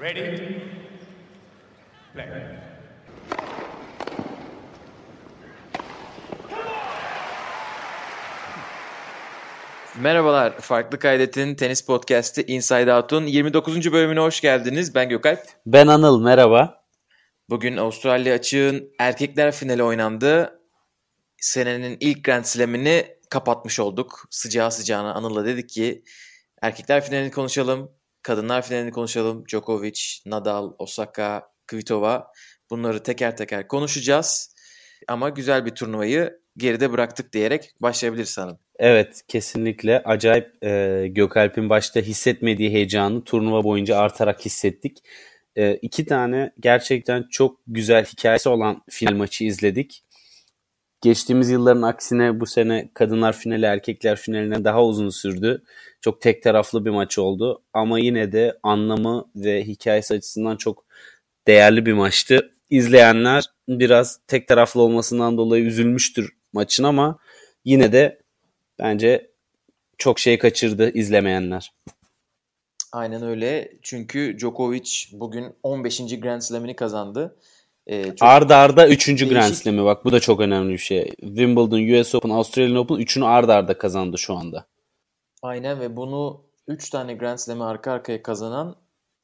Ready? Play. Merhabalar, Farklı Kaydet'in tenis podcast'i Inside Out'un 29. bölümüne hoş geldiniz. Ben Gökalp. Ben Anıl, merhaba. Bugün Avustralya Açık'ın erkekler finali oynandı. Senenin ilk Grand Slam'ini kapatmış olduk. Sıcağı sıcağına Anıl'la dedik ki erkekler finalini konuşalım, kadınlar finalini konuşalım. Djokovic, Nadal, Osaka, Kvitova, bunları teker teker konuşacağız. Ama güzel bir turnuvayı geride bıraktık diyerek başlayabiliriz sanırım. Evet, kesinlikle acayip Gökalp'in başta hissetmediği heyecanı turnuva boyunca artarak hissettik. İki tane gerçekten çok güzel hikayesi olan final maçı izledik. Geçtiğimiz yılların aksine bu sene kadınlar finali erkekler finaline daha uzun sürdü. Çok tek taraflı bir maç oldu ama yine de anlamı ve hikayesi açısından çok değerli bir maçtı. İzleyenler biraz tek taraflı olmasından dolayı üzülmüştür maçın ama yine de bence çok şey kaçırdı izlemeyenler. Aynen öyle. Çünkü Djokovic bugün 15. Grand Slam'ini kazandı. Arda arda 3. Grand değişik. Slam'i, bak bu da çok önemli bir şey. Wimbledon, US Open, Australian Open 3'ünü arda arda kazandı şu anda. Aynen ve bunu 3 tane Grand Slam'i arka arkaya kazanan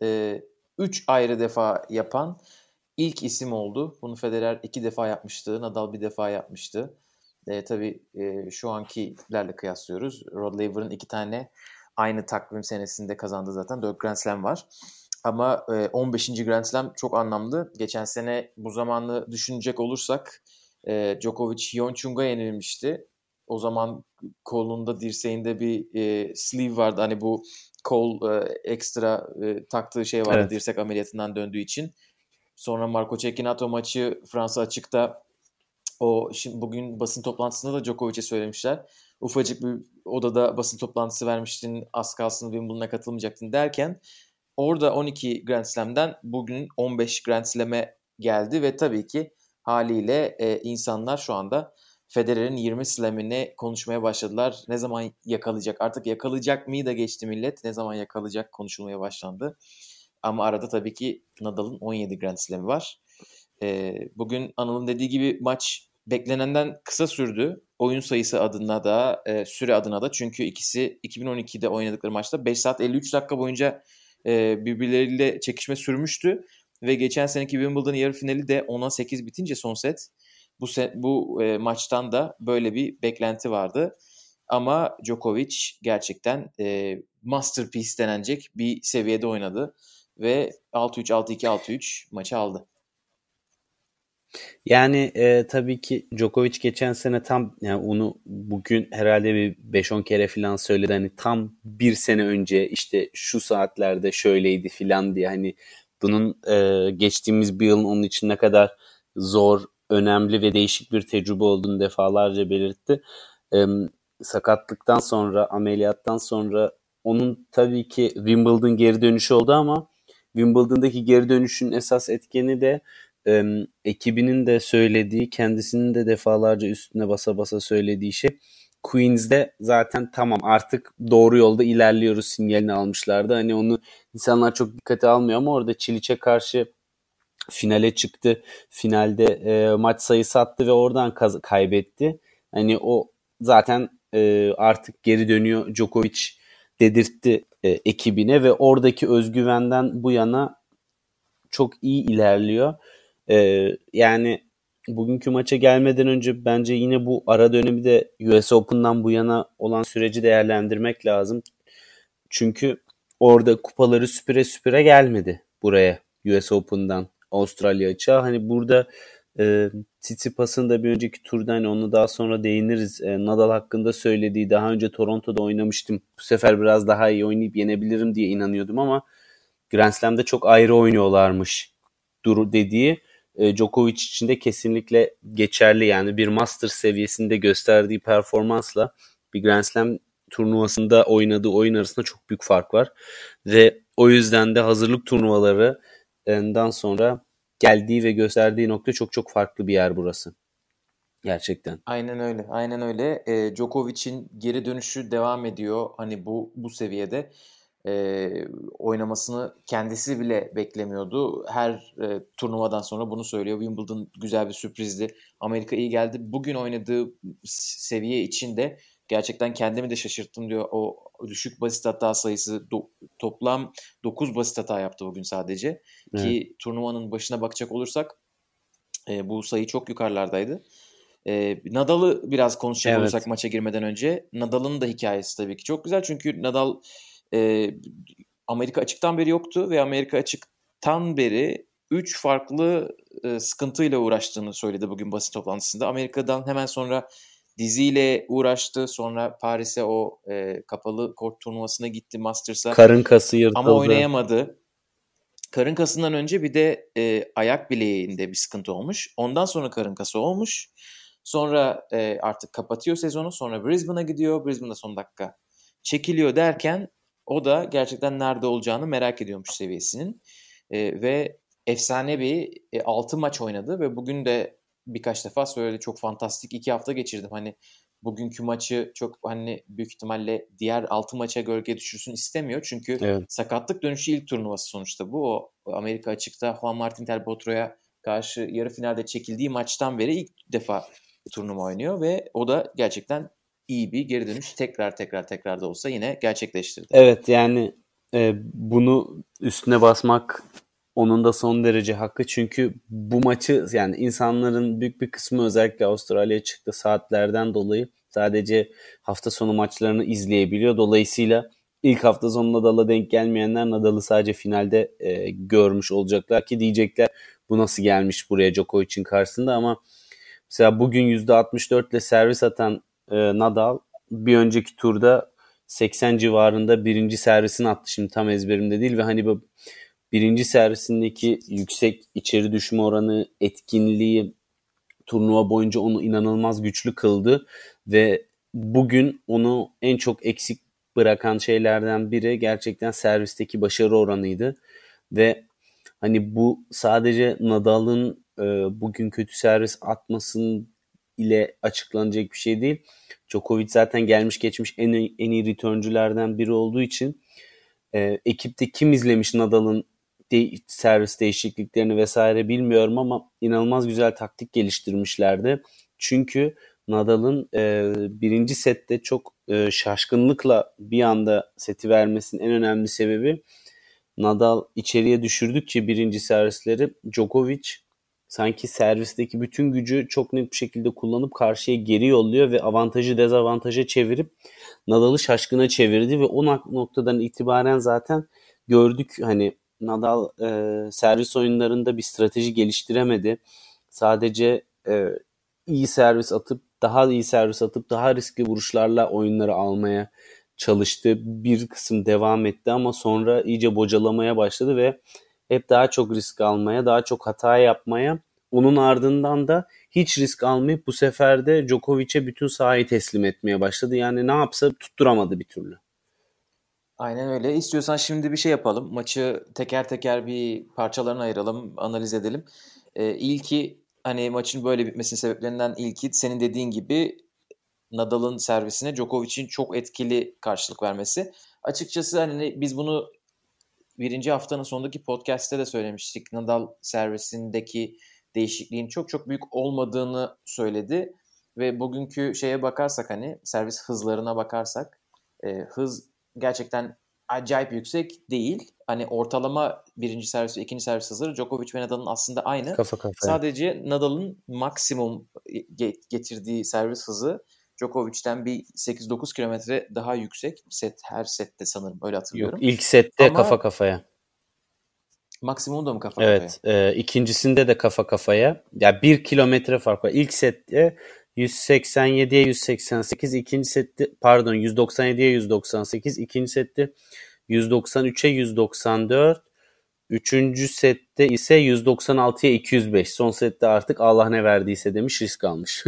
3 ayrı defa yapan ilk isim oldu. Bunu Federer 2 defa yapmıştı. Nadal 1 defa yapmıştı. Tabii şu ankilerle kıyaslıyoruz. Rod Laver'ın 2 tane aynı takvim senesinde kazandığı zaten 4 Grand Slam var. Ama 15. Grand Slam çok anlamlı. Geçen sene bu zamanı düşünecek olursak Djokovic Hyun Chung'a yenilmişti. O zaman kolunda, dirseğinde bir sleeve vardı. Hani bu kol ekstra taktığı şey vardı, Evet. dirsek ameliyatından döndüğü için. Sonra Marco Cecchinato maçı Fransa Açık'ta şimdi bugün basın toplantısında da Djokovic'e söylemişler. Ufacık bir odada basın toplantısı vermiştin, az kalsın Wimbledon'a katılmayacaktın derken orada 12 Grand Slam'den bugün 15 Grand Slam'e geldi ve tabii ki haliyle insanlar şu anda Federer'in 20 Slam'ini konuşmaya başladılar. Ne zaman yakalayacak? Artık yakalayacak mıyı da geçti millet. Ne zaman yakalayacak konuşulmaya başlandı. Ama arada tabii ki Nadal'ın 17 Grand Slam'i var. Bugün Anıl'ın dediği gibi maç beklenenden kısa sürdü. Oyun sayısı adına da süre adına da. Çünkü ikisi 2012'de oynadıkları maçta 5 saat 53 dakika boyunca birbirleriyle çekişme sürmüştü. Ve geçen seneki Wimbledon yarı finali de 10'a 8 bitince son set. Bu maçtan da böyle bir beklenti vardı. Ama Djokovic gerçekten masterpiece denecek bir seviyede oynadı. Ve 6-3, 6-2, 6-3 maçı aldı. Yani tabii ki Djokovic geçen sene tam, yani onu bugün herhalde bir 5-10 kere falan söyledi. Hani tam bir sene önce işte şu saatlerde şöyleydi falan diye, hani bunun geçtiğimiz bir yılın onun için ne kadar zor, önemli ve değişik bir tecrübe olduğunu defalarca belirtti. Sakatlıktan sonra, ameliyattan sonra onun tabii ki Wimbledon geri dönüşü oldu ama Wimbledon'daki geri dönüşün esas etkeni de ekibinin de söylediği, kendisinin de defalarca üstüne basa basa söylediği şey, Queens'de zaten tamam artık doğru yolda ilerliyoruz sinyalini almışlardı. Hani onu insanlar çok dikkate almıyor ama orada Çiliç'e karşı finale çıktı. Finalde maç sayısı attı ve oradan kaybetti. Hani o zaten artık geri dönüyor Djokovic dedirtti ekibine ve oradaki özgüvenden bu yana çok iyi ilerliyor. Yani bugünkü maça gelmeden önce bence yine bu ara dönemi de US Open'dan bu yana olan süreci değerlendirmek lazım. Çünkü orada kupaları süpüre süpüre gelmedi buraya US Open'dan Avustralya Açık'a. Hani burada Tsitsipas'ın da bir önceki turda, hani onu daha sonra değiniriz, Nadal hakkında söylediği, daha önce Toronto'da oynamıştım, bu sefer biraz daha iyi oynayıp yenebilirim diye inanıyordum ama Grand Slam'de çok ayrı oynuyorlarmış dediği Djokovic için de kesinlikle geçerli. Yani bir Masters seviyesinde gösterdiği performansla bir Grand Slam turnuvasında oynadığı oyun arasında çok büyük fark var. Ve o yüzden de hazırlık turnuvalarından sonra geldiği ve gösterdiği nokta çok çok farklı bir yer burası. Gerçekten. Aynen öyle. Aynen öyle. Djokovic'in geri dönüşü devam ediyor. Hani bu seviyede. oynamasını kendisi bile beklemiyordu. Her turnuvadan sonra bunu söylüyor. Wimbledon güzel bir sürprizdi. Amerika iyi geldi. Bugün oynadığı seviye için de gerçekten kendimi de şaşırttım diyor. O düşük basit hata sayısı toplam 9 basit hata yaptı bugün sadece. Evet. Ki turnuvanın başına bakacak olursak bu sayı çok yukarılardaydı. Nadal'ı biraz konuşacak olursak maça girmeden önce. Nadal'ın da hikayesi tabii ki çok güzel. Çünkü Nadal Amerika açıktan beri yoktu ve Amerika açıktan beri 3 farklı sıkıntıyla uğraştığını söyledi bugün basın toplantısında. Amerika'dan hemen sonra diziyle uğraştı. Sonra Paris'e o kapalı kort turnuvasına gitti, Masters'a. Karın kası yırtıldı. Ama oynayamadı. Karın kasından önce bir de ayak bileğinde bir sıkıntı olmuş. Ondan sonra karın kası olmuş. Sonra artık kapatıyor sezonu. Sonra Brisbane'a gidiyor. Brisbane'da son dakika çekiliyor derken o da gerçekten nerede olacağını merak ediyormuş seviyesinin. Ve efsane bir 6 maç oynadı ve bugün de birkaç defa söyledi. Çok fantastik 2 hafta geçirdim. Hani bugünkü maçı çok hani büyük ihtimalle diğer 6 maça gölge düşürsün istemiyor. Çünkü sakatlık dönüşü ilk turnuvası sonuçta bu. O Amerika açıkta Juan Martín del Potro'ya karşı yarı finalde çekildiği maçtan beri ilk defa turnuva oynuyor ve o da gerçekten iyi bir geri dönüş tekrar da olsa yine gerçekleştirdi. Evet, yani bunu üstüne basmak onun da son derece hakkı. Çünkü bu maçı, yani insanların büyük bir kısmı özellikle Avustralya çıktı saatlerden dolayı sadece hafta sonu maçlarını izleyebiliyor. Dolayısıyla ilk hafta sonu Nadal'a denk gelmeyenler Nadal'ı sadece finalde görmüş olacaklar ki diyecekler bu nasıl gelmiş buraya Djokovic'in karşısında. Ama mesela bugün %64 ile servis atan Nadal bir önceki turda 80 civarında birinci servisini attı. Şimdi tam ezberimde değil ve hani bu birinci servisindeki yüksek içeri düşme oranı, etkinliği turnuva boyunca onu inanılmaz güçlü kıldı ve bugün onu en çok eksik bırakan şeylerden biri gerçekten servisteki başarı oranıydı ve hani bu sadece Nadal'ın bugün kötü servis atmasının ile açıklanacak bir şey değil. Djokovic zaten gelmiş geçmiş en iyi returnculardan biri olduğu için ekipte kim izlemiş Nadal'ın servis değişikliklerini vesaire bilmiyorum ama inanılmaz güzel taktik geliştirmişlerdi. Çünkü Nadal'ın birinci sette çok şaşkınlıkla bir anda seti vermesinin en önemli sebebi Nadal içeriye düşürdükçe birinci servisleri Djokovic sanki servisteki bütün gücü çok net bir şekilde kullanıp karşıya geri yolluyor ve avantajı dezavantaja çevirip Nadal'ı şaşkına çevirdi ve o noktadan itibaren zaten gördük hani Nadal servis oyunlarında bir strateji geliştiremedi. Sadece iyi servis atıp daha riskli vuruşlarla oyunları almaya çalıştı. Bir kısım devam etti ama sonra iyice bocalamaya başladı ve hep daha çok risk almaya, daha çok hata yapmaya, onun ardından da hiç risk almayıp bu sefer de Djokovic'e bütün sahayı teslim etmeye başladı. Yani ne yapsa tutturamadı bir türlü. Aynen öyle. İstiyorsan şimdi bir şey yapalım. Maçı teker teker bir parçalarına ayıralım, analiz edelim. İlki hani maçın böyle bitmesinin sebeplerinden ilki senin dediğin gibi Nadal'ın servisine Djokovic'in çok etkili karşılık vermesi. Açıkçası hani biz bunu birinci haftanın sonundaki podcast'te de söylemiştik. Nadal servisindeki değişikliğin çok büyük olmadığını söyledi. Ve bugünkü şeye bakarsak hani servis hızlarına bakarsak hız gerçekten acayip yüksek değil. Hani ortalama birinci servis ve ikinci servis hızları Djokovic ve Nadal'ın aslında aynı. Kafa kafaya. Sadece Nadal'ın maksimum getirdiği servis hızı Djokovic'ten bir 8-9 kilometre daha yüksek. Her sette sanırım öyle hatırlıyorum. Yok, ilk sette ama kafa kafaya. Maksimum da mı kafa kafaya? Evet. İkincisinde de kafa kafaya. Ya 1 kilometre fark var. İlk sette 187'ye 188, ikinci sette 197'ye 198, ikinci sette 193'e 194, üçüncü sette ise 196'ya 205. Son sette artık Allah ne verdiyse demiş, risk almış.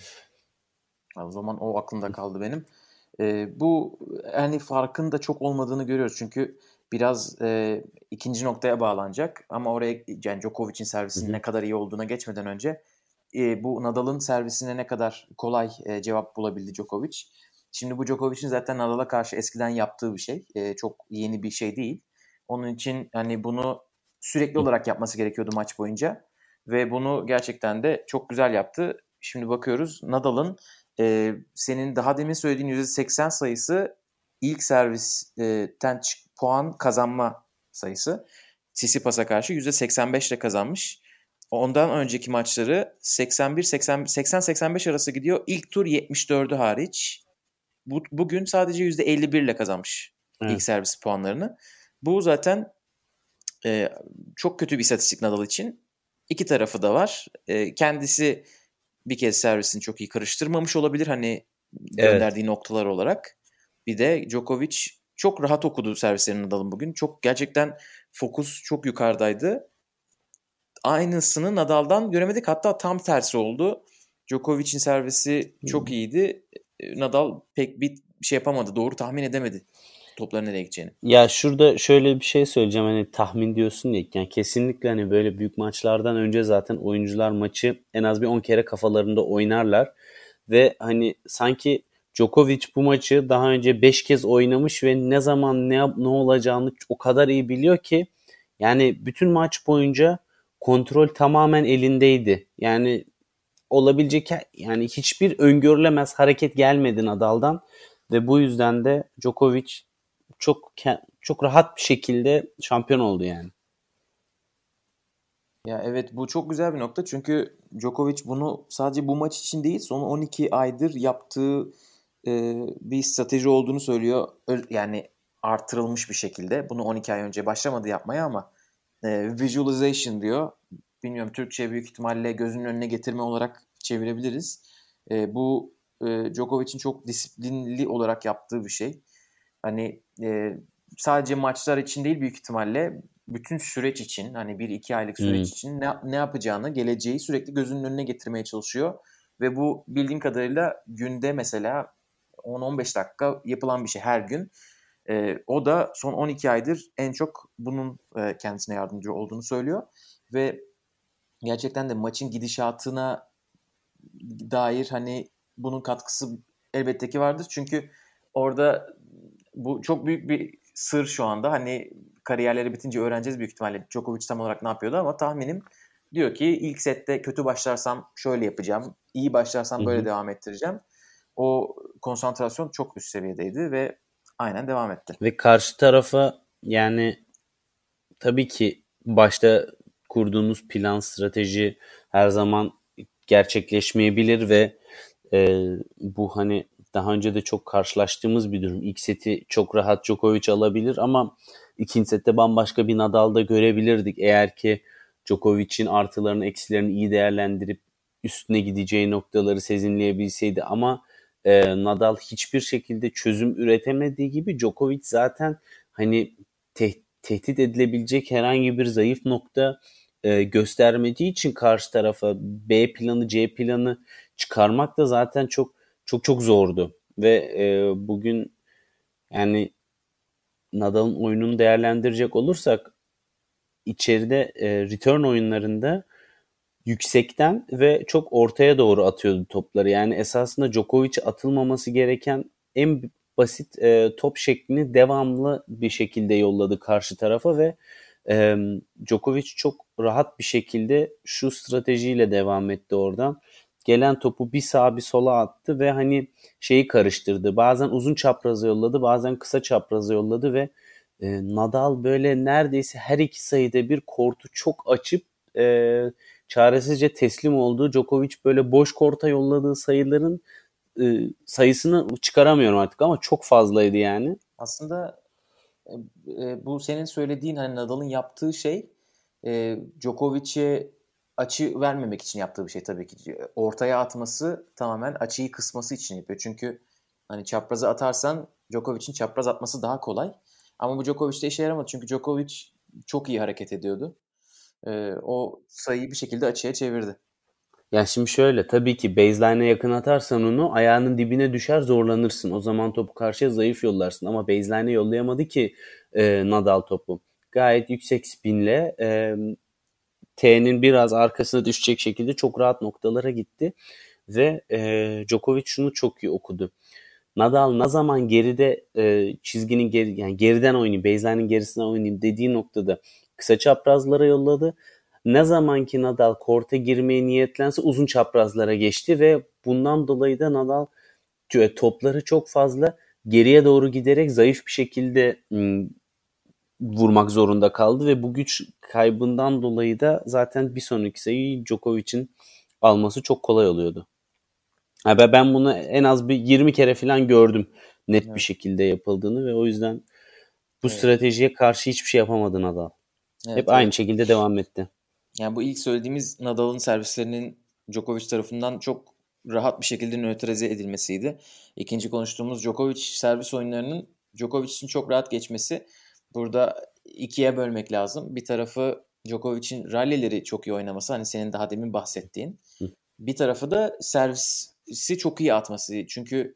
O zaman o aklımda kaldı benim. Bu hani farkın da çok olmadığını görüyoruz. Çünkü biraz ikinci noktaya bağlanacak. Ama oraya yani Djokovic'in servisinin ne kadar iyi olduğuna geçmeden önce bu Nadal'ın servisine ne kadar kolay cevap bulabildi Djokovic. Şimdi bu Djokovic'in zaten Nadal'a karşı eskiden yaptığı bir şey. Çok yeni bir şey değil. Onun için hani bunu sürekli olarak yapması gerekiyordu maç boyunca. Ve bunu gerçekten de çok güzel yaptı. Şimdi bakıyoruz Nadal'ın senin daha demin söylediğin %80 sayısı ilk servisten puan kazanma sayısı. Tsitsipas'a karşı %85 ile kazanmış. Ondan önceki maçları 80-85 arası gidiyor. İlk tur 74'ü hariç. Bugün sadece %51 ile kazanmış ilk servis puanlarını. Bu zaten çok kötü bir istatistik Nadal için. İki tarafı da var. Kendisi bir kez servisini çok iyi karıştırmamış olabilir. Hani gönderdiği noktalar olarak. Bir de Djokovic çok rahat okudu servislerini Nadal'ın bugün. Çok gerçekten fokus çok yukarıdaydı. Aynısını Nadal'dan göremedik. Hatta tam tersi oldu. Djokovic'in servisi çok iyiydi. Nadal pek bir şey yapamadı. Doğru tahmin edemedi topların nereye gideceğini. Ya şurada şöyle bir şey söyleyeceğim, hani tahmin diyorsun ya, yani kesinlikle hani böyle büyük maçlardan önce zaten oyuncular maçı en az bir 10 kere kafalarında oynarlar ve hani sanki Djokovic bu maçı daha önce 5 kez oynamış ve ne zaman ne olacağını o kadar iyi biliyor ki yani bütün maç boyunca kontrol tamamen elindeydi. Yani olabilecek yani hiçbir öngörülemez hareket gelmedi Nadal'dan ve bu yüzden de Djokovic çok rahat bir şekilde şampiyon oldu yani. Ya evet, bu çok güzel bir nokta çünkü Djokovic bunu sadece bu maç için değil son 12 aydır yaptığı bir strateji olduğunu söylüyor. Yani artırılmış bir şekilde. Bunu 12 ay önce başlamadı yapmaya ama visualization diyor. Bilmiyorum, Türkçe büyük ihtimalle gözünün önüne getirme olarak çevirebiliriz. Bu Djokovic'in çok disiplinli olarak yaptığı bir şey. Hani sadece maçlar için değil, büyük ihtimalle bütün süreç için, hani 1-2 aylık süreç için ne yapacağını, geleceği sürekli gözünün önüne getirmeye çalışıyor. Ve bu bildiğim kadarıyla günde mesela 10-15 dakika yapılan bir şey her gün. O da son 12 aydır en çok bunun kendisine yardımcı olduğunu söylüyor. Ve gerçekten de maçın gidişatına dair hani bunun katkısı elbette ki vardır. Çünkü orada bu çok büyük bir sır şu anda. Hani kariyerleri bitince öğreneceğiz büyük ihtimalle Djokovic tam olarak ne yapıyordu ama tahminim diyor ki ilk sette kötü başlarsam şöyle yapacağım, iyi başlarsam böyle devam ettireceğim. O konsantrasyon çok üst seviyedeydi ve aynen devam etti. Ve karşı tarafa yani tabii ki başta kurduğunuz plan, strateji her zaman gerçekleşmeyebilir ve bu hani daha önce de çok karşılaştığımız bir durum. İlk seti çok rahat Djokovic alabilir ama ikinci sette bambaşka bir Nadal'da görebilirdik. Eğer ki Djokovic'in artılarını, eksilerini iyi değerlendirip üstüne gideceği noktaları sezinleyebilseydi ama Nadal hiçbir şekilde çözüm üretemediği gibi Djokovic zaten hani tehdit edilebilecek herhangi bir zayıf nokta göstermediği için karşı tarafa B planı, C planı çıkarmak da zaten çok zordu. Ve bugün yani Nadal'ın oyununu değerlendirecek olursak içeride return oyunlarında yüksekten ve çok ortaya doğru atıyordu topları. Yani esasında Djokovic'e atılmaması gereken en basit top şeklini devamlı bir şekilde yolladı karşı tarafa ve Djokovic çok rahat bir şekilde şu stratejiyle devam etti oradan. Gelen topu bir sağa bir sola attı ve hani şeyi karıştırdı. Bazen uzun çapraza yolladı, bazen kısa çapraza yolladı ve Nadal böyle neredeyse her iki sayıda bir kortu çok açıp çaresizce teslim oldu. Djokovic böyle boş korta yolladığı sayıların sayısını çıkaramıyorum artık ama çok fazlaydı yani. Aslında bu senin söylediğin hani Nadal'ın yaptığı şey Djokovic'e açı vermemek için yaptığı bir şey tabii ki. Ortaya atması tamamen açıyı kısması için yapıyor. Çünkü hani çapraza atarsan Djokovic'in çapraz atması daha kolay. Ama bu Djokovic'te işe yaramadı. Çünkü Djokovic çok iyi hareket ediyordu. O sayıyı bir şekilde açıya çevirdi. Ya şimdi şöyle, tabii ki baseline'e yakın atarsan onu ayağının dibine düşer, zorlanırsın. O zaman topu karşıya zayıf yollarsın ama baseline'e yollayamadı ki Nadal topu. Gayet yüksek spinle T'nin biraz arkasına düşecek şekilde çok rahat noktalara gitti ve Djokovic şunu çok iyi okudu. Nadal ne zaman geride çizginin yani geriden oynayayım, baseline'in gerisine oynayayım dediği noktada kısa çaprazlara yolladı. Ne zaman ki Nadal korta girmeye niyetlense uzun çaprazlara geçti ve bundan dolayı da Nadal topları çok fazla geriye doğru giderek zayıf bir şekilde vurmak zorunda kaldı ve bu güç kaybından dolayı da zaten bir sonraki sayıyı Djokovic'in alması çok kolay oluyordu. Ben bunu en az bir 20 kere falan gördüm net bir şekilde yapıldığını ve o yüzden bu stratejiye karşı hiçbir şey yapamadı Nadal. Hep aynı şekilde devam etti. Yani bu ilk söylediğimiz Nadal'ın servislerinin Djokovic tarafından çok rahat bir şekilde nötralize edilmesiydi. İkinci konuştuğumuz Djokovic servis oyunlarının Djokovic için çok rahat geçmesi. Burada ikiye bölmek lazım. Bir tarafı Djokovic'in rallileri çok iyi oynaması. Hani senin daha demin bahsettiğin. Bir tarafı da servisi çok iyi atması. Çünkü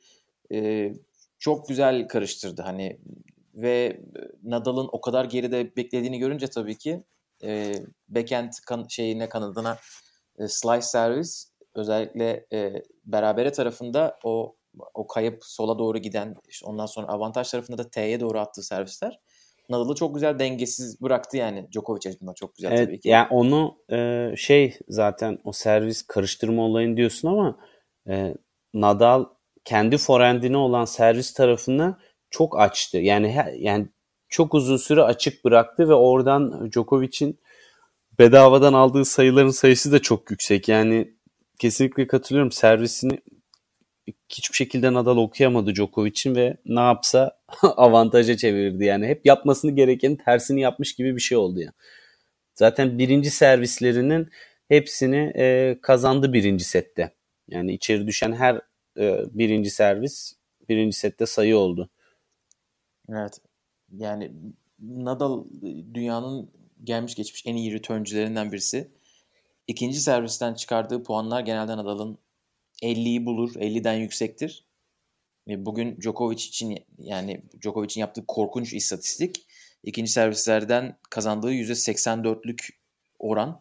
çok güzel karıştırdı. Hani ve Nadal'ın o kadar geride beklediğini görünce tabii ki backhand kanadına slice servis özellikle berabere tarafında o kayıp sola doğru giden işte ondan sonra avantaj tarafında da T'ye doğru attığı servisler Nadal'ı çok güzel dengesiz bıraktı yani. Djokovic açısından çok güzel tabii ki. Yani onu zaten o servis karıştırma olayını diyorsun ama Nadal kendi forehand'ine olan servis tarafını çok açtı. Yani çok uzun süre açık bıraktı ve oradan Djokovic'in bedavadan aldığı sayıların sayısı da çok yüksek. Yani kesinlikle katılıyorum. Servisini hiçbir şekilde Nadal okuyamadı Djokovic'in ve ne yapsa avantaja çevirdi. Yani hep yapmasını gerekenin tersini yapmış gibi bir şey oldu yani. Zaten birinci servislerinin hepsini kazandı birinci sette. Yani içeri düşen her birinci servis birinci sette sayı oldu. Evet. Yani Nadal dünyanın gelmiş geçmiş en iyi returncülerinden birisi. İkinci servisten çıkardığı puanlar genelde Nadal'ın 50'yi bulur, 50'den yüksektir. Bugün Djokovic için yani Djokovic'in yaptığı korkunç istatistik. İkinci servislerden kazandığı %84'lük oran.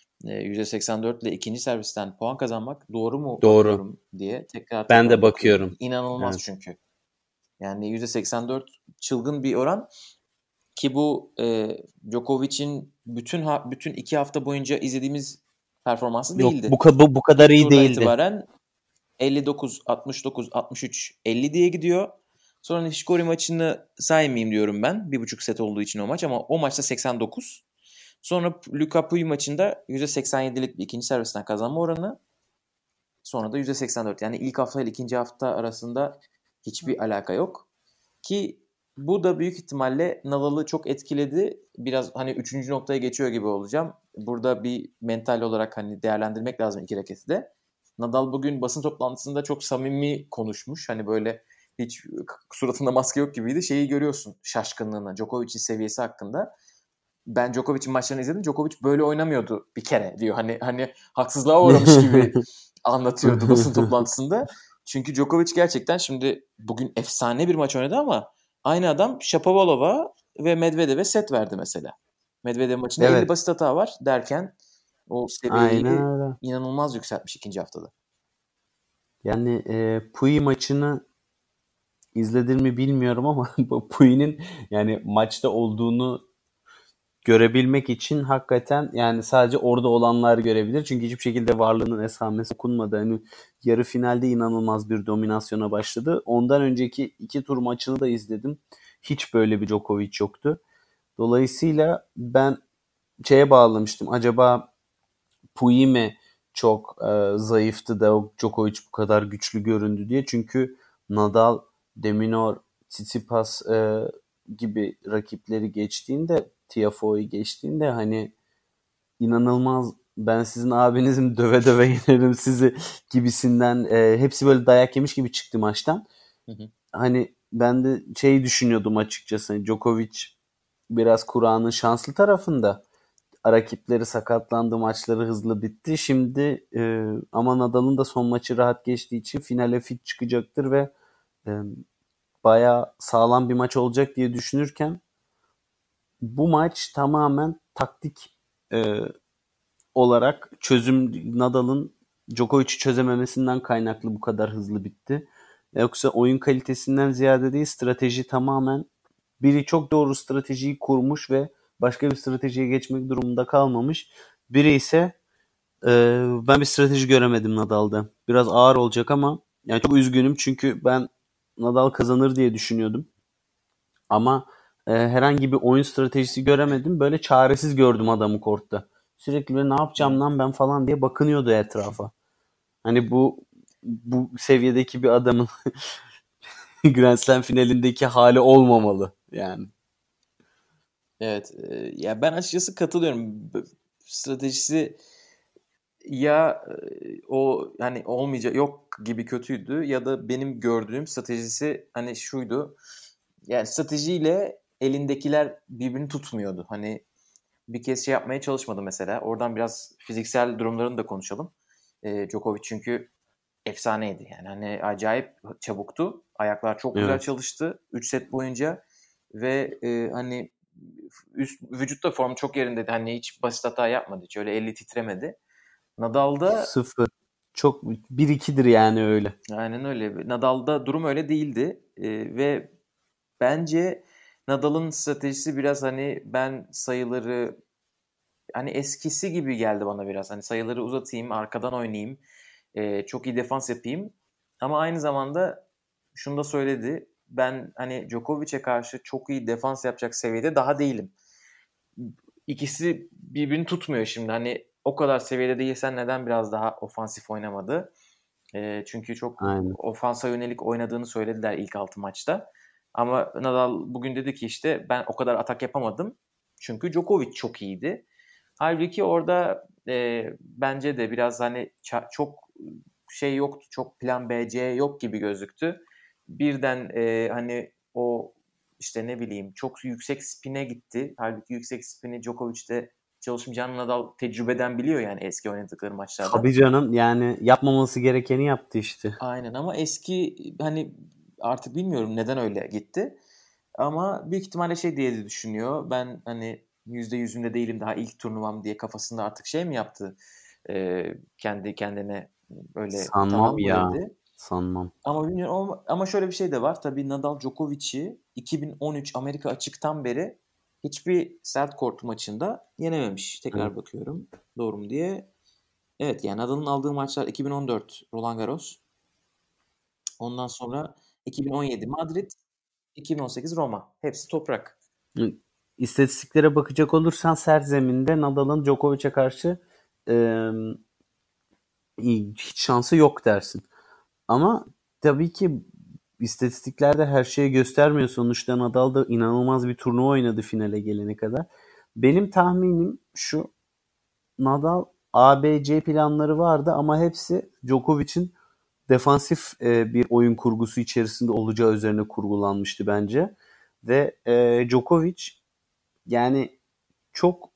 %84 ile ikinci servisten puan kazanmak doğru mu? Doğru. Bakıyorum diye tekrar Ben de bakıyorum. İnanılmaz çünkü. Yani %84 çılgın bir oran ki bu Djokovic'in bütün 2 hafta boyunca izlediğimiz performansı değildi. Yok bu kadar iyi değildi. İtibaren 59, 69, 63, 50 diye gidiyor. Sonra Nishikori maçını saymayayım diyorum ben. 1,5 set olduğu için o maç ama o maçta 89. Sonra Luka Pouille maçında %87'lik bir ikinci servisten kazanma oranı. Sonra da %84. Yani ilk hafta ile ikinci hafta arasında hiçbir alaka yok. Ki bu da büyük ihtimalle Nadal'ı çok etkiledi. Biraz hani 3. noktaya geçiyor gibi olacağım. Burada bir mental olarak hani değerlendirmek lazım iki raketi de. Nadal bugün basın toplantısında çok samimi konuşmuş. Hani böyle hiç suratında maske yok gibiydi. Şeyi görüyorsun şaşkınlığını Djokovic'in seviyesi hakkında. Ben Djokovic'in maçlarını izledim. Djokovic böyle oynamıyordu bir kere diyor. Hani haksızlığa uğramış gibi anlatıyordu basın toplantısında. Çünkü Djokovic gerçekten şimdi bugün efsane bir maç oynadı ama aynı adam Shapovalov'a ve Medvedev'e set verdi mesela. Medvedev maçında 50 basit hata var derken o seviyeyi inanılmaz yükseltmiş ikinci haftada. Yani Pouille maçını izledin mi bilmiyorum ama Pouille'nin yani maçta olduğunu görebilmek için hakikaten yani sadece orada olanlar görebilir. Çünkü hiçbir şekilde varlığının esamesi okunmadı. Yani yarı finalde inanılmaz bir dominasyona başladı. Ondan önceki 2 tur maçını da izledim. Hiç böyle bir Djokovic yoktu. Dolayısıyla ben şeye bağlamıştım. Acaba Pouille mi çok zayıftı da Djokovic bu kadar güçlü göründü diye. Çünkü Nadal, de Minaur, Tsitsipas gibi rakipleri geçtiğinde, Tiafoe'yu geçtiğinde hani inanılmaz ben sizin abinizim döve döve yenerim sizi gibisinden hepsi böyle dayak yemiş gibi çıktı maçtan. Hani ben de düşünüyordum açıkçası. Hani Djokovic biraz Kur'an'ın şanslı tarafında. Rakipleri sakatlandı, maçları hızlı bitti. Şimdi ama Nadal'ın da son maçı rahat geçtiği için finale fit çıkacaktır ve bayağı sağlam bir maç olacak diye düşünürken bu maç tamamen taktik olarak Nadal'ın Djokovic'i çözememesinden kaynaklı bu kadar hızlı bitti. Yoksa oyun kalitesinden ziyade değil, strateji tamamen, biri çok doğru stratejiyi kurmuş ve başka bir stratejiye geçmek durumunda kalmamış. Biri ise ben bir strateji göremedim Nadal'da. Biraz ağır olacak ama yani çok üzgünüm çünkü ben Nadal kazanır diye düşünüyordum. Ama herhangi bir oyun stratejisi göremedim. Böyle çaresiz gördüm adamı kortta. Sürekli böyle ne yapacağım lan ben falan diye bakınıyordu etrafa. Hani bu seviyedeki bir adamın Grand Slam finalindeki hali olmamalı yani. Evet. Ya ben açıkçası katılıyorum. Stratejisi ya o hani olmayacak yok gibi kötüydü ya da benim gördüğüm stratejisi hani şuydu. Yani stratejiyle elindekiler birbirini tutmuyordu. Hani bir kez şey yapmaya çalışmadı mesela. Oradan biraz fiziksel durumlarını da konuşalım. Djokovic çünkü efsaneydi. Yani hani acayip çabuktu. Ayaklar çok güzel Evet. çalıştı 3 set boyunca ve hani vücutta form çok yerindeydi. Hani hiç basit hata yapmadı. Hiç öyle eli titremedi. Nadal'da Sıfır. Çok 1-2'dir yani öyle. aynen öyle. Nadal'da durum öyle değildi. Ve bence Nadal'ın stratejisi biraz hani ben sayıları hani eskisi gibi geldi bana biraz. Hani sayıları uzatayım, arkadan oynayayım, çok iyi defans yapayım. Ama aynı zamanda şunu da söyledi. Ben hani Djokovic'e karşı çok iyi defans yapacak seviyede daha değilim. İkisi birbirini tutmuyor şimdi. Hani o kadar seviyede değilsen neden biraz daha ofansif oynamadı? Çünkü çok Aynen. ofansa yönelik oynadığını söylediler ilk 6 maçta. Ama Nadal bugün dedi ki işte ben o kadar atak yapamadım. Çünkü Djokovic çok iyiydi. Halbuki orada bence de biraz hani çok şey yoktu. Çok plan B, C yok gibi gözüktü. Birden hani o işte ne bileyim çok yüksek spine gitti. Halbuki yüksek spini Djokovic'te çalışmayacağını Nadal tecrübeden biliyor yani eski oynadıkları maçlardan. Tabii canım, yani yapmaması gerekeni yaptı işte. Aynen ama eski hani artık bilmiyorum neden öyle gitti. Ama büyük ihtimalle şey diye de düşünüyor. Ben hani %100'ünde değilim daha ilk turnuvam diye kafasında artık şey mi yaptı? Kendi kendine böyle Sanmam tamam bu ya. dedi. Sanmam. Ama bilmiyorum ama şöyle bir şey de var. Tabii Nadal Djokovic'i 2013 Amerika açıktan beri hiçbir sert kort maçında yenememiş. Evet. Tekrar bakıyorum. Doğru mu diye. Evet yani Nadal'ın aldığı maçlar 2014 Roland Garros. Ondan sonra 2017 Madrid, 2018 Roma. Hepsi toprak. İstatistiklere bakacak olursan sert zeminde Nadal'ın Djokovic'e karşı e, hiç şansı yok dersin. Ama tabii ki istatistiklerde her şeyi göstermiyor. Sonuçta Nadal da inanılmaz bir turnuva oynadı finale gelene kadar. Benim tahminim şu: Nadal ABC planları vardı ama hepsi Djokovic'in defansif bir oyun kurgusu içerisinde olacağı üzerine kurgulanmıştı bence. Ve Djokovic yani çok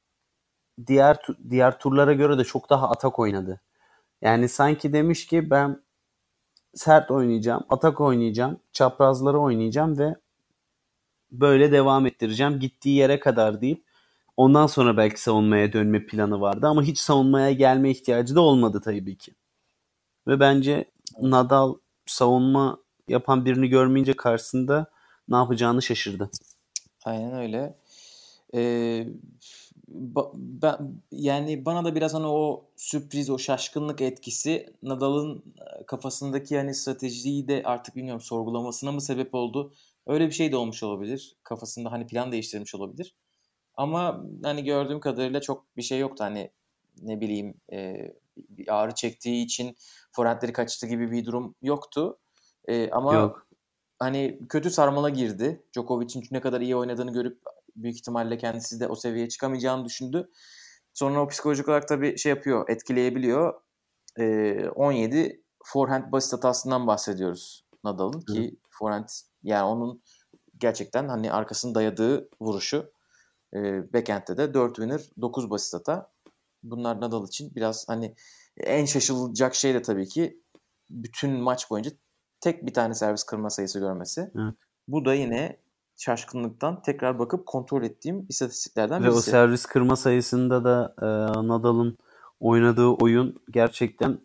diğer turlara göre de çok daha atak oynadı. Yani sanki demiş ki ben sert oynayacağım, atak oynayacağım, çaprazları oynayacağım ve böyle devam ettireceğim gittiği yere kadar deyip ondan sonra belki savunmaya dönme planı vardı ama hiç savunmaya gelme ihtiyacı da olmadı tabii ki. Ve bence Nadal savunma yapan birini görmeyince karşısında ne yapacağını şaşırdı. Aynen öyle. Ee, ben yani bana da biraz hani o sürpriz, o şaşkınlık etkisi Nadal'ın kafasındaki hani stratejiyi de artık bilmiyorum sorgulamasına mı sebep oldu? Öyle bir şey de olmuş olabilir. Kafasında hani plan değiştirmiş olabilir. Ama hani gördüğüm kadarıyla çok bir şey yoktu. Hani ne bileyim bir ağrı çektiği için forentleri kaçtı gibi bir durum yoktu. Ama Yok. hani kötü sarmala girdi. Djokovic'in ne kadar iyi oynadığını görüp büyük ihtimalle kendisi de o seviyeye çıkamayacağını düşündü. Sonra o psikolojik olarak tabii şey yapıyor, etkileyebiliyor. 17 forehand basit hatasından bahsediyoruz Nadal'ın Hı. ki forehand yani onun gerçekten hani arkasını dayadığı vuruşu. Backhand'de de 4 winner 9 basit hata. Bunlar Nadal için biraz hani en şaşılacak şey de tabii ki bütün maç boyunca tek bir tane servis kırma sayısı görmesi. Evet. Bu da yine şaşkınlıktan tekrar bakıp kontrol ettiğim istatistiklerden Ve o birisi. servis kırma sayısında da Nadal'ın oynadığı oyun gerçekten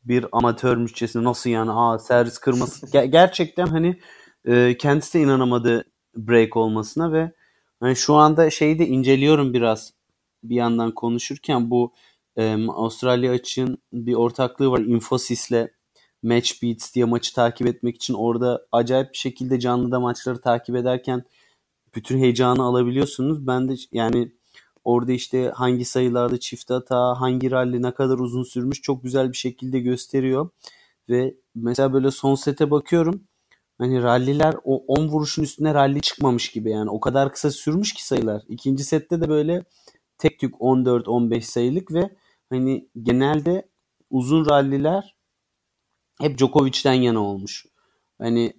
bir amatörmüşçesine nasıl yani servis kırması gerçekten hani kendisi de inanamadı break olmasına ve hani şu anda şeyi de inceliyorum biraz bir yandan konuşurken bu Avustralya açığın bir ortaklığı var Infosys'le Match Beats diye maçı takip etmek için orada acayip bir şekilde canlıda maçları takip ederken bütün heyecanı alabiliyorsunuz. Ben de yani orada işte hangi sayılarda çift hata, hangi rally ne kadar uzun sürmüş çok güzel bir şekilde gösteriyor. Ve mesela böyle son sete bakıyorum. Hani ralliler o 10 vuruşun üstüne rally çıkmamış gibi yani. O kadar kısa sürmüş ki sayılar. İkinci sette de böyle tek tük 14-15 sayılık ve hani genelde uzun ralliler hep Djokovic'ten yana olmuş. Hani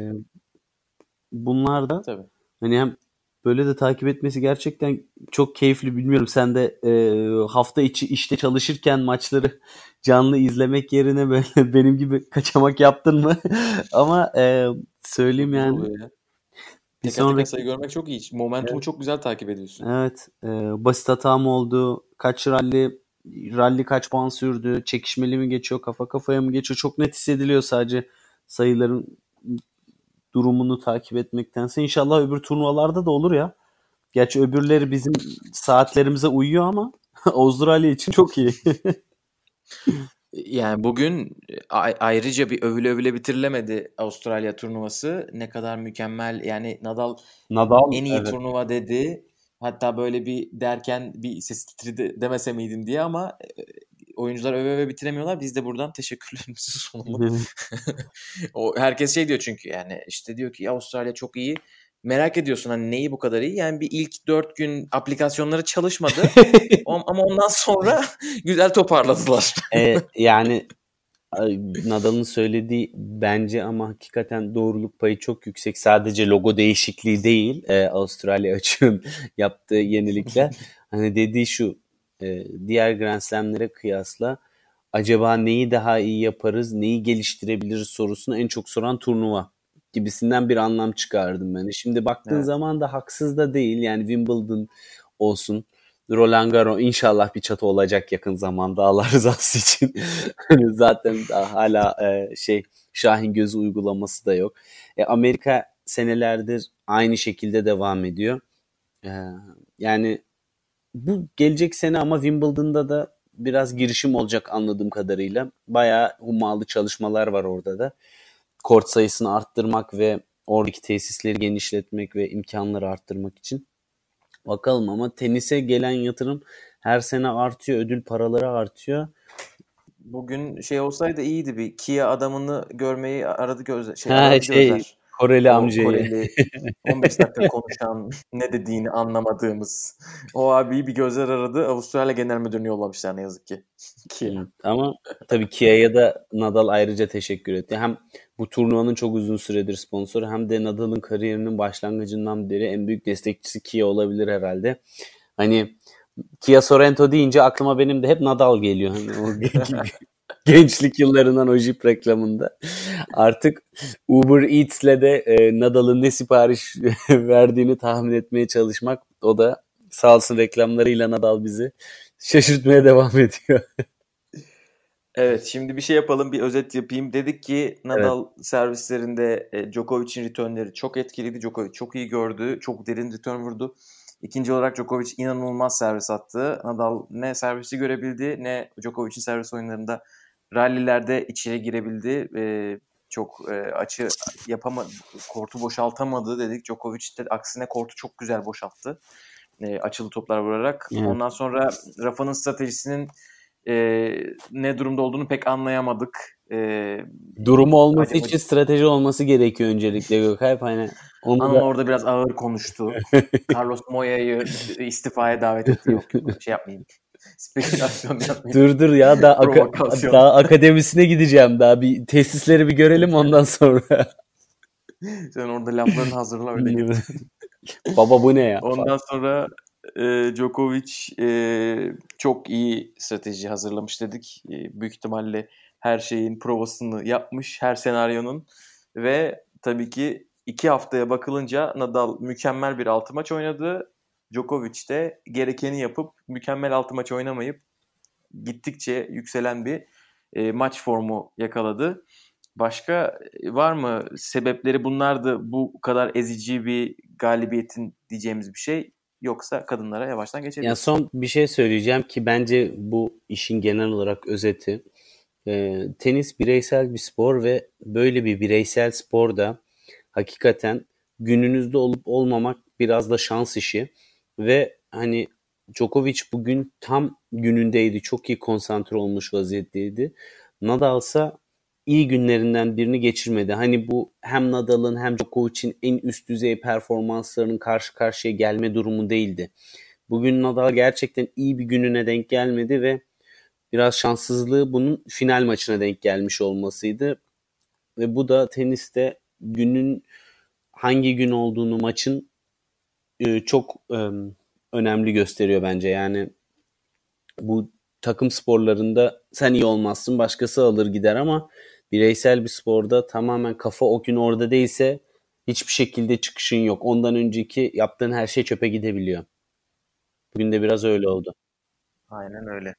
bunlar da Tabii. hani hem böyle de takip etmesi gerçekten çok keyifli. Bilmiyorum sen de hafta içi işte çalışırken maçları canlı izlemek yerine böyle benim gibi kaçamak yaptın mı? Ama söyleyeyim Çok güzel yani oluyor ya. bir Teker teker sayı sonraki görmek çok iyi. Momentumu evet, çok güzel takip ediyorsun. evet basit hatam oldu. Kaç rally kaç puan sürdü? Çekişmeli mi geçiyor? Kafa kafaya mı geçiyor? Çok net hissediliyor sadece sayıların durumunu takip etmektense. İnşallah öbür turnuvalarda da olur ya. Gerçi öbürleri bizim saatlerimize uyuyor ama Avustralya için çok iyi. Yani bugün ayrıca bir övüle bitirilemedi Avustralya turnuvası. Ne kadar mükemmel. Yani Nadal Nadal en iyi evet. turnuva dedi. Hatta böyle bir derken bir ses titredi demese miydin diye ama oyuncular öve bitiremiyorlar. Biz de buradan teşekkürlerimizi sunalım. O herkes şey diyor çünkü yani işte diyor ki ya Avustralya çok iyi. Merak ediyorsun hani neyi bu kadar iyi? Yani bir ilk 4 gün aplikasyonları çalışmadı. Ama ondan sonra güzel toparladılar. Yani Nadal'ın söylediği bence ama hakikaten doğruluk payı çok yüksek. Sadece logo değişikliği değil Avustralya açığın yaptığı yenilikler. Hani dediği şu diğer Grand Slam'lere kıyasla acaba neyi daha iyi yaparız, neyi geliştirebiliriz sorusunu en çok soran turnuva gibisinden bir anlam çıkardım ben. Şimdi baktığın Evet. zaman da haksız da değil. Yani Wimbledon olsun, Roland Garros inşallah bir çatı olacak yakın zamanda Allah rızası için. Hani zaten daha hala Şahin Gözü uygulaması da yok. Amerika senelerdir aynı şekilde devam ediyor. E, Yani bu gelecek sene ama Wimbledon'da da biraz girişim olacak anladığım kadarıyla. Bayağı hummalı çalışmalar var orada da. Kort sayısını arttırmak ve oradaki tesisleri genişletmek ve imkanları arttırmak için. Bakalım ama tenise gelen yatırım her sene artıyor, ödül paraları artıyor. Bugün şey olsaydı iyiydi bir Kia adamını görmeyi Ha aradı gözler. Koreli O amcayı. Koreli 15 dakika konuşan ne dediğini anlamadığımız o abiyi bir gözler aradı. Avustralya Genel Müdürlüğü'ne yollamışlar ne yazık ki. Kia. Ama tabii Kia'ya da Nadal ayrıca teşekkür etti. Hem bu turnuvanın çok uzun süredir sponsoru hem de Nadal'ın kariyerinin başlangıcından beri en büyük destekçisi Kia olabilir herhalde. Hani Kia Sorento deyince aklıma benim de hep Nadal geliyor. Hani o gençlik yıllarından o Jeep reklamında. Artık Uber Eats'le de Nadal'ın ne sipariş verdiğini tahmin etmeye çalışmak. O da sağ olsun reklamlarıyla Nadal bizi şaşırtmaya devam ediyor. Evet, şimdi bir şey yapalım, bir özet yapayım. Dedik ki Evet. Nadal servislerinde Djokovic'in returnleri çok etkiliydi. Djokovic çok iyi gördü, çok derin return vurdu. İkinci olarak Djokovic inanılmaz servis attı. Nadal ne servisi görebildi ne Djokovic'in servis oyunlarında rallilerde içeri girebildi. Çok açı yapamadı, kortu boşaltamadı dedik. Djokovic de aksine kortu çok güzel boşalttı. Açılı toplar vurarak. Evet. Ondan sonra Rafa'nın stratejisinin ne durumda olduğunu pek anlayamadık. Durumu olması Acaba için strateji olması gerekiyor öncelikle Gökay. Hani onu Anıl da orada biraz ağır konuştu. Carlos Moya'yı istifaya davet etti. Yok şey yapmayayım. Spekülasyon yapmayayım. dur ya Provokasyon. daha akademisine gideceğim daha bir tesisleri bir görelim ondan sonra. Sen orada laflarını hazırla öyle git. Baba bu ne ya? Ondan sonra Djokovic çok iyi strateji hazırlamış dedik. Büyük ihtimalle her şeyin provasını yapmış, her senaryonun. Ve tabii ki 2 haftaya bakılınca Nadal mükemmel bir 6 maç oynadı. Djokovic de gerekeni yapıp mükemmel 6 maç oynamayıp gittikçe yükselen bir maç formu yakaladı. Başka var mı? Sebepleri bunlardı, bu kadar ezici bir galibiyetin diyeceğimiz bir şey. Yoksa kadınlara yavaştan Yani geçebiliriz. son bir şey söyleyeceğim ki bence bu işin genel olarak özeti. Tenis bireysel bir spor ve böyle bir bireysel sporda hakikaten gününüzde olup olmamak biraz da şans işi ve hani Djokovic bugün tam günündeydi. Çok iyi konsantre olmuş vaziyetteydi. Nadal'sa iyi günlerinden birini geçirmedi. Hani bu hem Nadal'ın hem Djokovic'in en üst düzey performanslarının karşı karşıya gelme durumu değildi. Bugün Nadal gerçekten iyi bir gününe denk gelmedi ve biraz şanssızlığı bunun final maçına denk gelmiş olmasıydı. Ve bu da teniste günün hangi gün olduğunu maçın çok önemli gösteriyor bence. Yani bu takım sporlarında sen iyi olmazsın başkası alır gider ama bireysel bir sporda tamamen kafa o gün orada değilse hiçbir şekilde çıkışın yok. Ondan önceki yaptığın her şey çöpe gidebiliyor. Bugün de biraz öyle oldu. Aynen öyle.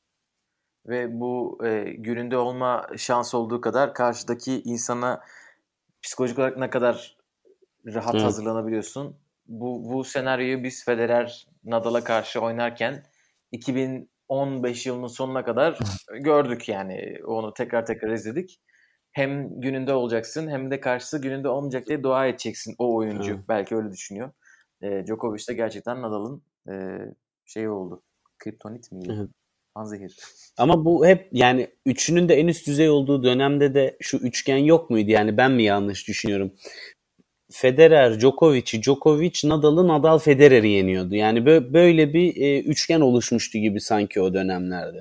Ve bu gününde olma şansı olduğu kadar karşıdaki insana psikolojik olarak ne kadar rahat Evet. hazırlanabiliyorsun. Bu senaryoyu biz Federer Nadal'a karşı oynarken 2015 yılının sonuna kadar gördük yani. Onu tekrar tekrar izledik. Hem gününde olacaksın hem de karşısı gününde olmayacak diye dua edeceksin o oyuncu. Evet. Belki öyle düşünüyor. Djokovic de gerçekten Nadal'ın şeyi oldu. Kriptonit miydi? Evet. Panzehir. Ama bu hep yani üçünün de en üst düzey olduğu dönemde de şu üçgen yok muydu? Yani ben mi yanlış düşünüyorum? Federer, Djokovic, Nadal'ı Nadal Federer'i yeniyordu. Yani böyle bir üçgen oluşmuştu gibi sanki o dönemlerde.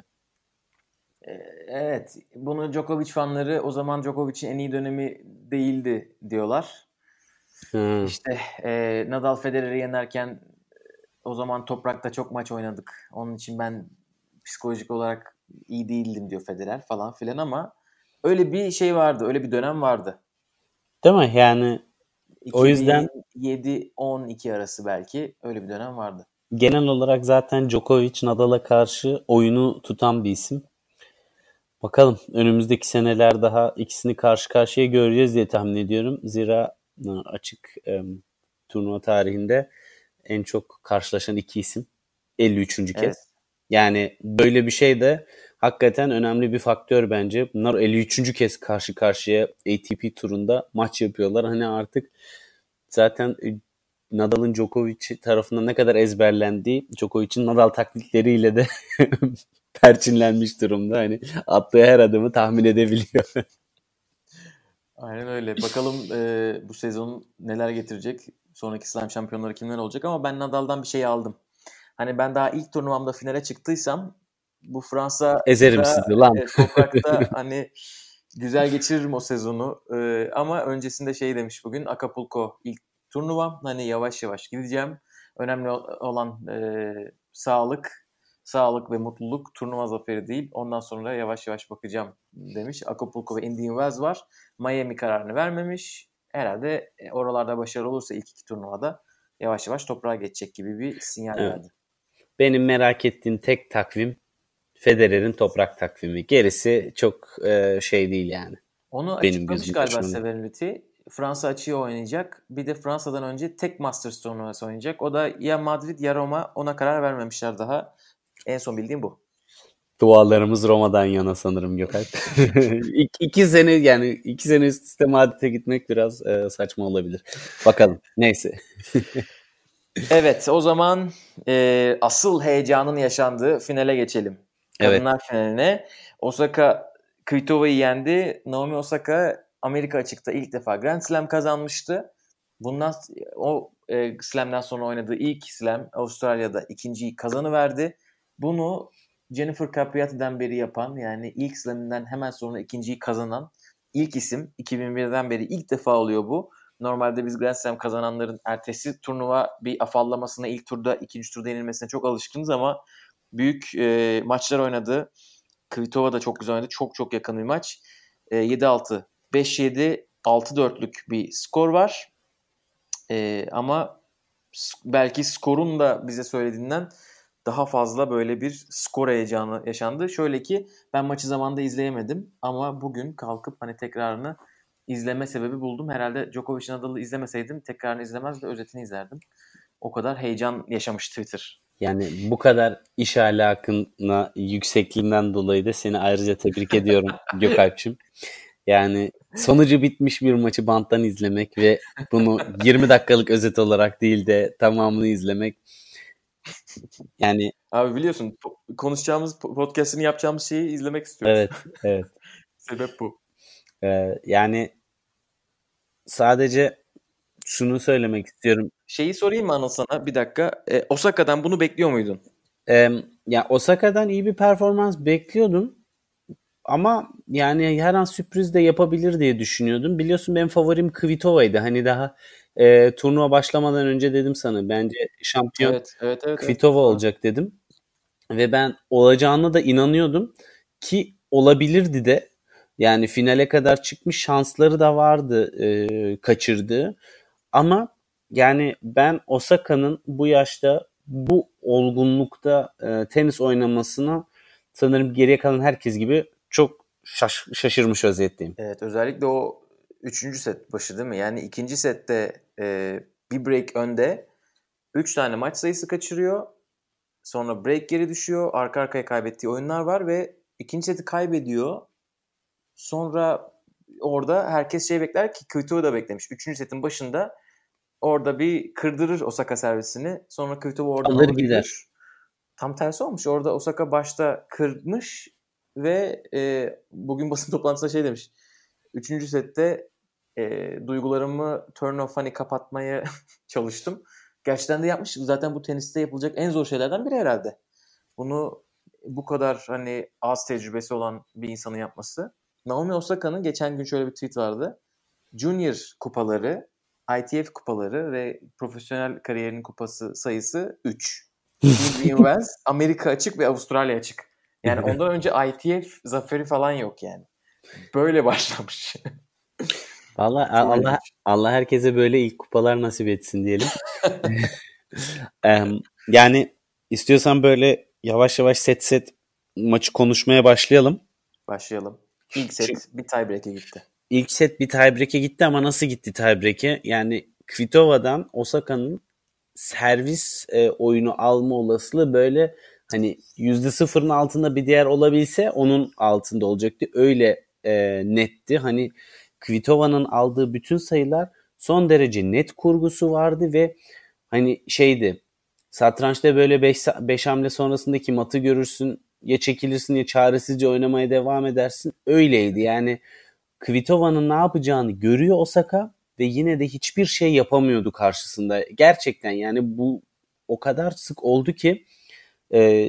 Evet. Bunu Djokovic fanları o zaman Djokovic'in en iyi dönemi değildi diyorlar. Ha. İşte Nadal Federer'i yenerken o zaman toprakta çok maç oynadık. Onun için ben psikolojik olarak iyi değildim diyor Federer falan filan ama öyle bir şey vardı. Öyle bir dönem vardı. Değil mi? Yani o yüzden 2007-12 arası belki öyle bir dönem vardı. genel olarak zaten Djokovic Nadal'a karşı oyunu tutan bir isim. Bakalım önümüzdeki seneler daha ikisini karşı karşıya göreceğiz diye tahmin ediyorum. Zira açık turnuva tarihinde en çok karşılaşan iki isim 53. kez. Evet. Yani böyle bir şey de hakikaten önemli bir faktör bence. Bunlar 53. kez karşı karşıya ATP turunda maç yapıyorlar. Hani artık zaten Nadal'ın Djokovic tarafından ne kadar ezberlendiği Djokovic'in Nadal taklitleriyle de perçinlenmiş durumda. Hani attığı her adımı tahmin edebiliyor. Aynen öyle. Bakalım bu sezon neler getirecek. Sonraki Slam şampiyonları kimler olacak ama ben Nadal'dan bir şey aldım. Hani ben daha ilk turnuvamda finale çıktıysam bu Ezerim Fransa'da sizi lan. toprakta hani güzel geçiririm o sezonu. Ama öncesinde şey demiş bugün Acapulco ilk turnuvam. Hani yavaş yavaş gideceğim. Önemli olan sağlık ve mutluluk, turnuva zaferi değil. Ondan sonra yavaş yavaş bakacağım demiş. Acapulco ve Indian Wells var. Miami kararını vermemiş. Herhalde oralarda başarılı olursa ilk iki turnuvada yavaş yavaş toprağa geçecek gibi bir sinyal Evet. verdi. Benim merak ettiğim tek takvim Federer'in toprak takvimi. Gerisi çok şey değil yani. Onu Benim açıklamış gözümde galiba şu an. Severin. Fransa açığı oynayacak. Bir de Fransa'dan önce tek Masters turnuvası oynayacak. O da ya Madrid ya Roma. Ona karar vermemişler daha. En son bildiğim bu. Dualarımız Roma'dan yana sanırım Gökalp. İki sene yani 2 sene üst üste Madrid'e gitmek biraz saçma olabilir. Bakalım. Neyse. Evet, o zaman asıl heyecanın yaşandığı finale geçelim. Kadınlar finaline. Osaka Kvitova'yı yendi. Naomi Osaka Amerika açıkta ilk defa Grand Slam kazanmıştı. Bundan o Slam'den sonra oynadığı ilk Slam Avustralya'da ikinciyi kazanıverdi. Bunu Jennifer Capriati'den beri yapan yani ilk Slam'inden hemen sonra ikinciyi kazanan ilk isim. 2001'den beri ilk defa oluyor bu. Normalde biz Grand Slam kazananların ertesi turnuva bir afallamasına, ilk turda, ikinci turda yenilmesine çok alışkınız ama büyük maçlar oynadı. Kvitova da çok güzel oynadı. Çok çok yakın bir maç. 7-6, 5-7, 6-4'lük bir skor var. Ama belki skorun da bize söylediğinden daha fazla böyle bir skor heyecanı yaşandı. Şöyle ki ben maçı zamanında izleyemedim ama bugün kalkıp hani tekrarını izleme sebebi buldum. Herhalde Djokovic'in Nadal'ı izlemeseydim tekrarını izlemez ve özetini izlerdim. O kadar heyecan yaşamış Twitter. Yani bu kadar iş ahlakına yüksekliğinden dolayı da seni ayrıca tebrik ediyorum Gökalp'cim. Yani sonucu bitmiş bir maçı banttan izlemek ve bunu 20 dakikalık özet olarak değil de tamamını izlemek. Yani Abi biliyorsun konuşacağımız podcast'ini yapacağımız şeyi izlemek istiyoruz. evet, evet. Sebep bu. Yani sadece şunu söylemek istiyorum. Şeyi sorayım mı Anıl sana bir dakika? Osaka'dan bunu bekliyor muydun? Ya Osaka'dan iyi bir performans bekliyordum. Ama yani her an sürpriz de yapabilir diye düşünüyordum. Biliyorsun benim favorim Kvitova'ydı. Hani daha turnuva başlamadan önce dedim sana. Bence şampiyon Evet. Kvitova olacak dedim. Ve ben olacağına da inanıyordum. Ki olabilirdi de. Yani finale kadar çıkmış şansları da vardı kaçırdığı. Ama yani ben Osaka'nın bu yaşta bu olgunlukta tenis oynamasına sanırım geriye kalan herkes gibi çok şaşırmış vaziyetteyim. Evet, özellikle o 3. set başı değil mi? Yani ikinci sette bir break önde 3 tane maç sayısı kaçırıyor. Sonra break geri düşüyor. Arka arkaya kaybettiği oyunlar var ve ikinci seti kaybediyor. Sonra orada herkes şey bekler ki Kvitova da beklemiş. 3. setin başında orada bir kırdırır Osaka servisini. Sonra Kvitova oradan Alır onu bir gider. kır. Tam tersi olmuş. Orada Osaka başta kırmış ve bugün basın toplantısında şey demiş. 3. sette duygularımı turn off hani kapatmaya çalıştım. Gerçekten de yapmış. Zaten bu teniste yapılacak en zor şeylerden biri herhalde. Bunu bu kadar hani az tecrübesi olan bir insanın yapması. Naomi Osaka'nın geçen gün şöyle bir tweet vardı. Junior kupaları, ITF kupaları ve profesyonel kariyerinin kupası sayısı 3. Indian Wells, Amerika açık ve Avustralya açık. Yani ondan önce ITF zaferi falan yok yani. Böyle başlamış. Vallahi Allah herkese böyle ilk kupalar nasip etsin diyelim. Yani istiyorsan böyle yavaş yavaş set maçı konuşmaya başlayalım. Başlayalım. İlk set bir tiebreak'e gitti. İlk set bir tiebreak'e gitti ama nasıl gitti tiebreak'e? Yani Kvitova'dan Osaka'nın servis oyunu alma olasılığı böyle hani %0'ın altında bir değer olabilse onun altında olacaktı. Öyle netti. Hani Kvitova'nın aldığı bütün sayılar son derece net kurgusu vardı ve hani şeydi, satrançta böyle 5 hamle sonrasındaki matı görürsün, ya çekilirsin ya çaresizce oynamaya devam edersin. Öyleydi yani. Kvitova'nın ne yapacağını görüyor Osaka ve yine de hiçbir şey yapamıyordu karşısında. Gerçekten yani bu o kadar sık oldu ki e,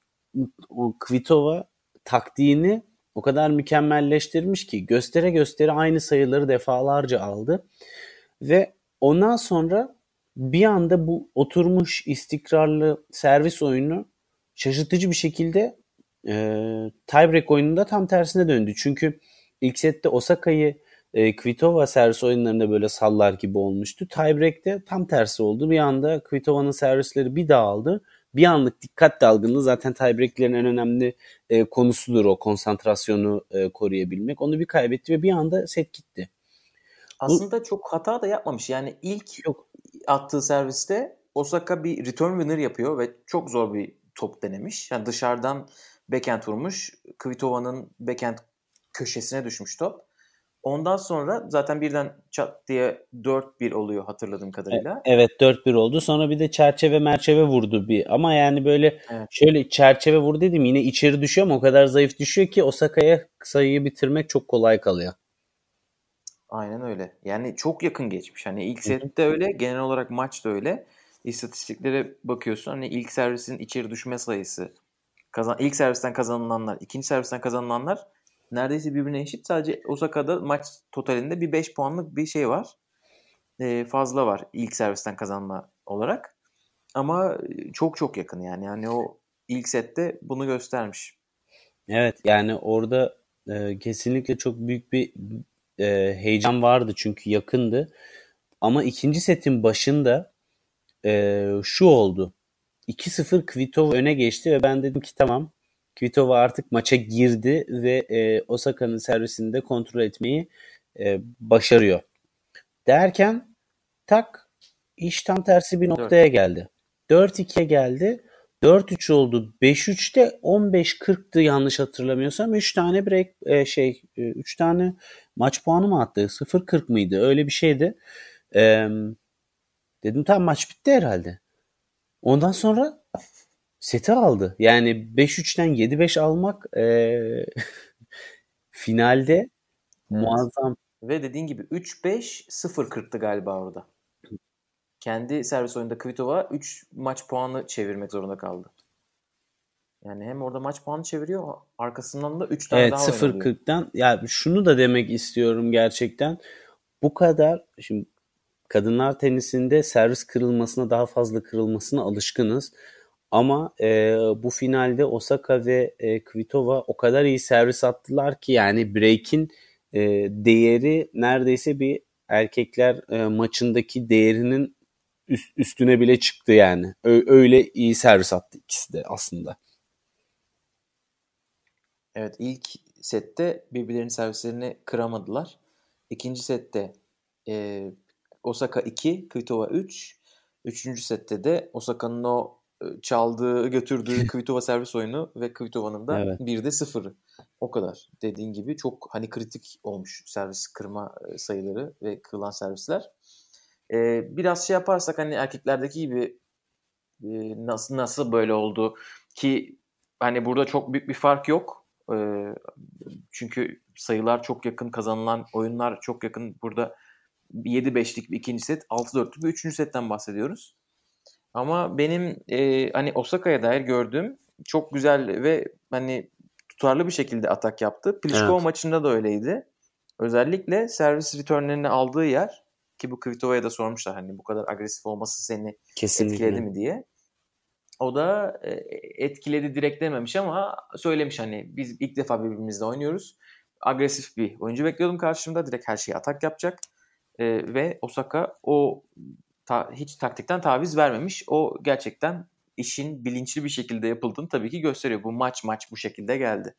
o Kvitova taktiğini o kadar mükemmelleştirmiş ki göstere göstere aynı sayıları defalarca aldı. Ve ondan sonra bir anda bu oturmuş istikrarlı servis oyunu şaşırtıcı bir şekilde tiebreak oyununda tam tersine döndü. Çünkü ilk sette Osaka'yı Kvitova servis oyunlarında böyle sallar gibi olmuştu. Tiebreak'te tam tersi oldu. Bir anda Kvitova'nın servisleri bir dağıldı. Bir anlık dikkat dalgınlığı zaten tiebreak'lerin en önemli konusudur, o konsantrasyonu koruyabilmek. Onu bir kaybetti ve bir anda set gitti. Aslında çok hata da yapmamış. Yani ilk attığı serviste Osaka bir return winner yapıyor ve çok zor bir top denemiş. Yani dışarıdan backhand vurmuş. Kvitova'nın backhand köşesine düşmüş top. Ondan sonra zaten birden çat diye 4-1 oluyor hatırladığım kadarıyla. Evet, 4-1 oldu. Sonra bir de çerçeve merçeve vurdu bir. Ama yani böyle şöyle çerçeve vurdu dedim, yine içeri düşüyor ama o kadar zayıf düşüyor ki Osaka'ya sayıyı bitirmek çok kolay kalıyor. Aynen öyle. Yani çok yakın geçmiş. Hani ilk sette öyle, genel olarak maç da öyle. İstatistiklere bakıyorsun. Hani ilk servisin içeri düşme sayısı, ilk servisten kazanılanlar, ikinci servisten kazanılanlar neredeyse birbirine eşit. Sadece Osaka'da maç totalinde bir 5 puanlık bir şey var. Fazla var ilk servisten kazanma olarak. Ama çok çok yakın yani. Yani o ilk sette bunu göstermiş. Evet, yani orada kesinlikle çok büyük bir heyecan vardı çünkü yakındı. Ama ikinci setin başında şu oldu. 2-0 Kvitova öne geçti ve ben dedim ki tamam, Kvitova artık maça girdi ve Osaka'nın servisini de kontrol etmeyi başarıyor. Derken tak, iş tam tersi bir noktaya geldi. 4-2'ye geldi. 4-3 oldu. 5-3'te 15-40'tı yanlış hatırlamıyorsam. 3 tane break 3 tane maç puanı mı attı? 0-40 mıydı? Öyle bir şeydi. Dedim tamam, maç bitti herhalde. Ondan sonra seti aldı. Yani 5-3'ten 7-5 almak finalde muazzam. Ve dediğin gibi 3-5 0-40'tı galiba orada. Kendi servis oyunda Kvitova 3 maç puanı çevirmek zorunda kaldı. Yani hem orada maç puanı çeviriyor, arkasından da 3 tane Evet, daha oynanıyor. 0-40'tan ya şunu da demek istiyorum gerçekten. Bu kadar şimdi kadınlar tenisinde servis kırılmasına, daha fazla kırılmasına alışkınız. Ama bu finalde Osaka ve Kvitova o kadar iyi servis attılar ki yani break'in değeri neredeyse bir erkekler maçındaki değerinin üstüne bile çıktı yani. Öyle iyi servis attı ikisi de aslında. Evet, ilk sette birbirlerinin servislerini kıramadılar. İkinci sette Osaka 2, Kvitova 3. Üçüncü sette de Osaka'nın o çaldığı, götürdüğü Kvitova servis oyunu ve Kvitova'nın da Evet. 1'de 0'ı. O kadar. Dediğin gibi çok hani kritik olmuş servis kırma sayıları ve kırılan servisler. Biraz şey yaparsak hani erkeklerdeki gibi nasıl böyle oldu ki hani burada çok büyük bir fark yok. Çünkü sayılar çok yakın, kazanılan oyunlar çok yakın. Burada 7-5'lik bir ikinci set, 6-4'lük bir üçüncü setten bahsediyoruz. Ama benim hani Osaka'ya dair gördüğüm çok güzel ve hani tutarlı bir şekilde atak yaptı. Pliskova Evet. maçında da öyleydi. Özellikle servis returnlerini aldığı yer, ki bu Kvitova'ya da sormuşlar hani bu kadar agresif olması seni Kesinlikle etkiledi mi diye. O da etkiledi direkt dememiş ama söylemiş hani biz ilk defa birbirimizle oynuyoruz. Agresif bir oyuncu bekliyordum karşımda. Direkt her şeyi atak yapacak. Ve Osaka o hiç taktikten taviz vermemiş. O gerçekten işin bilinçli bir şekilde yapıldığını tabii ki gösteriyor. Bu maç bu şekilde geldi.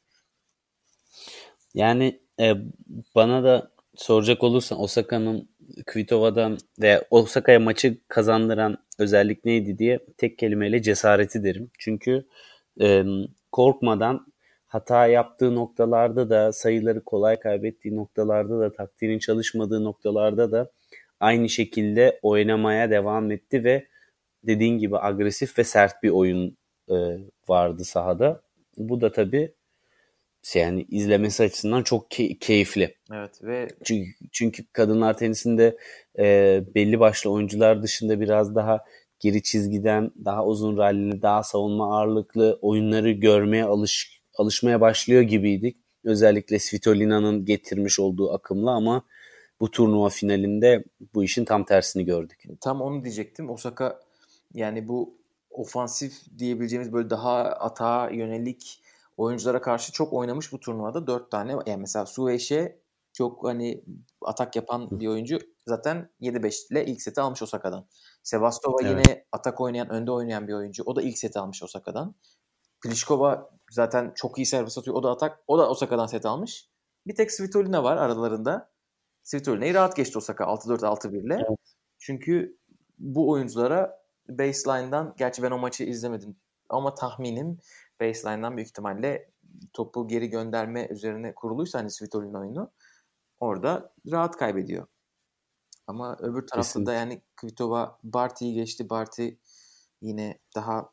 Yani bana da soracak olursan Osaka'nın Kvitova'dan ve Osaka'ya maçı kazandıran özellik neydi diye tek kelimeyle cesareti derim. Çünkü korkmadan hata yaptığı noktalarda da, sayıları kolay kaybettiği noktalarda da, taktiğinin çalışmadığı noktalarda da aynı şekilde oynamaya devam etti ve dediğin gibi agresif ve sert bir oyun vardı sahada. Bu da tabii yani izlemesi açısından çok keyifli. Evet ve çünkü kadınlar tenisinde belli başlı oyuncular dışında biraz daha geri çizgiden, daha uzun rallili, daha savunma ağırlıklı oyunları görmeye alışmaya başlıyor gibiydik. Özellikle Svitolina'nın getirmiş olduğu akımla, ama bu turnuva finalinde bu işin tam tersini gördük. Tam onu diyecektim. Osaka yani bu ofansif diyebileceğimiz böyle daha atağa yönelik oyunculara karşı çok oynamış bu turnuvada. 4 tane. Yani mesela Sueşe çok hani atak yapan bir oyuncu. Zaten 7-5 ile ilk seti almış Osaka'dan. Sevastova yine atak oynayan, önde oynayan bir oyuncu. O da ilk seti almış Osaka'dan. Pliskova zaten çok iyi servis atıyor. O da atak. O da Osaka'dan set almış. Bir tek Svitolina var aralarında. Svitolina'yı rahat geçti Osaka 6-4 6-1 ile. Evet. Çünkü bu oyunculara baseline'dan, gerçi ben o maçı izlemedim ama tahminim baseline'dan büyük ihtimalle topu geri gönderme üzerine kuruluysa hani Svitolina oyunu orada rahat kaybediyor. Ama öbür tarafta Kesinlikle. da yani Kvitova Barty'yi geçti. Barty yine daha